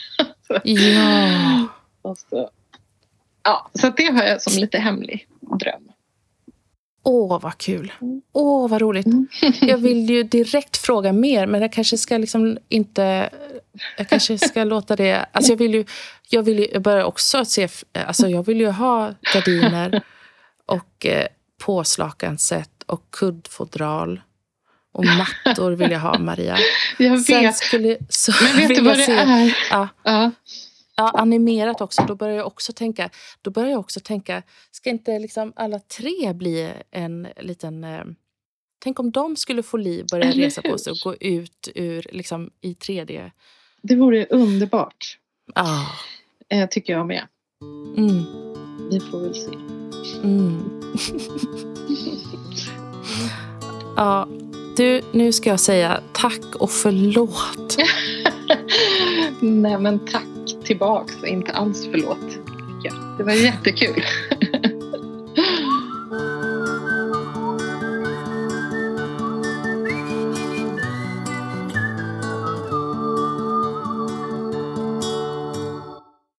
Ja. Och så, ja, så att det har jag som lite hemlig dröm. Åh, vad kul. Åh, vad roligt. Jag vill ju direkt fråga mer, men jag kanske ska liksom inte... Jag kanske ska låta det... Alltså jag vill ju... Jag vill ju jag börjar också se... Alltså jag vill ju ha gardiner och eh, påslakanset och kuddfodral och mattor vill jag ha, Maria. Jag Sen vet. skulle, så Men vet vill du vad jag det se, är? Ja. Ja. Ja, animerat också. Då börjar jag också tänka, då börjar jag också tänka, ska inte liksom alla tre bli en liten... Eh, tänk om de skulle få liv, börja Eller resa på hur? sig och gå ut ur liksom i tre D. Det vore underbart. Ah. Eh, tycker jag med. Mm. Vi får väl se. Mm. Ja, du, nu ska jag säga tack och förlåt. Nej, men tack tillbaks. Inte alls förlåt. Ja, det var jättekul.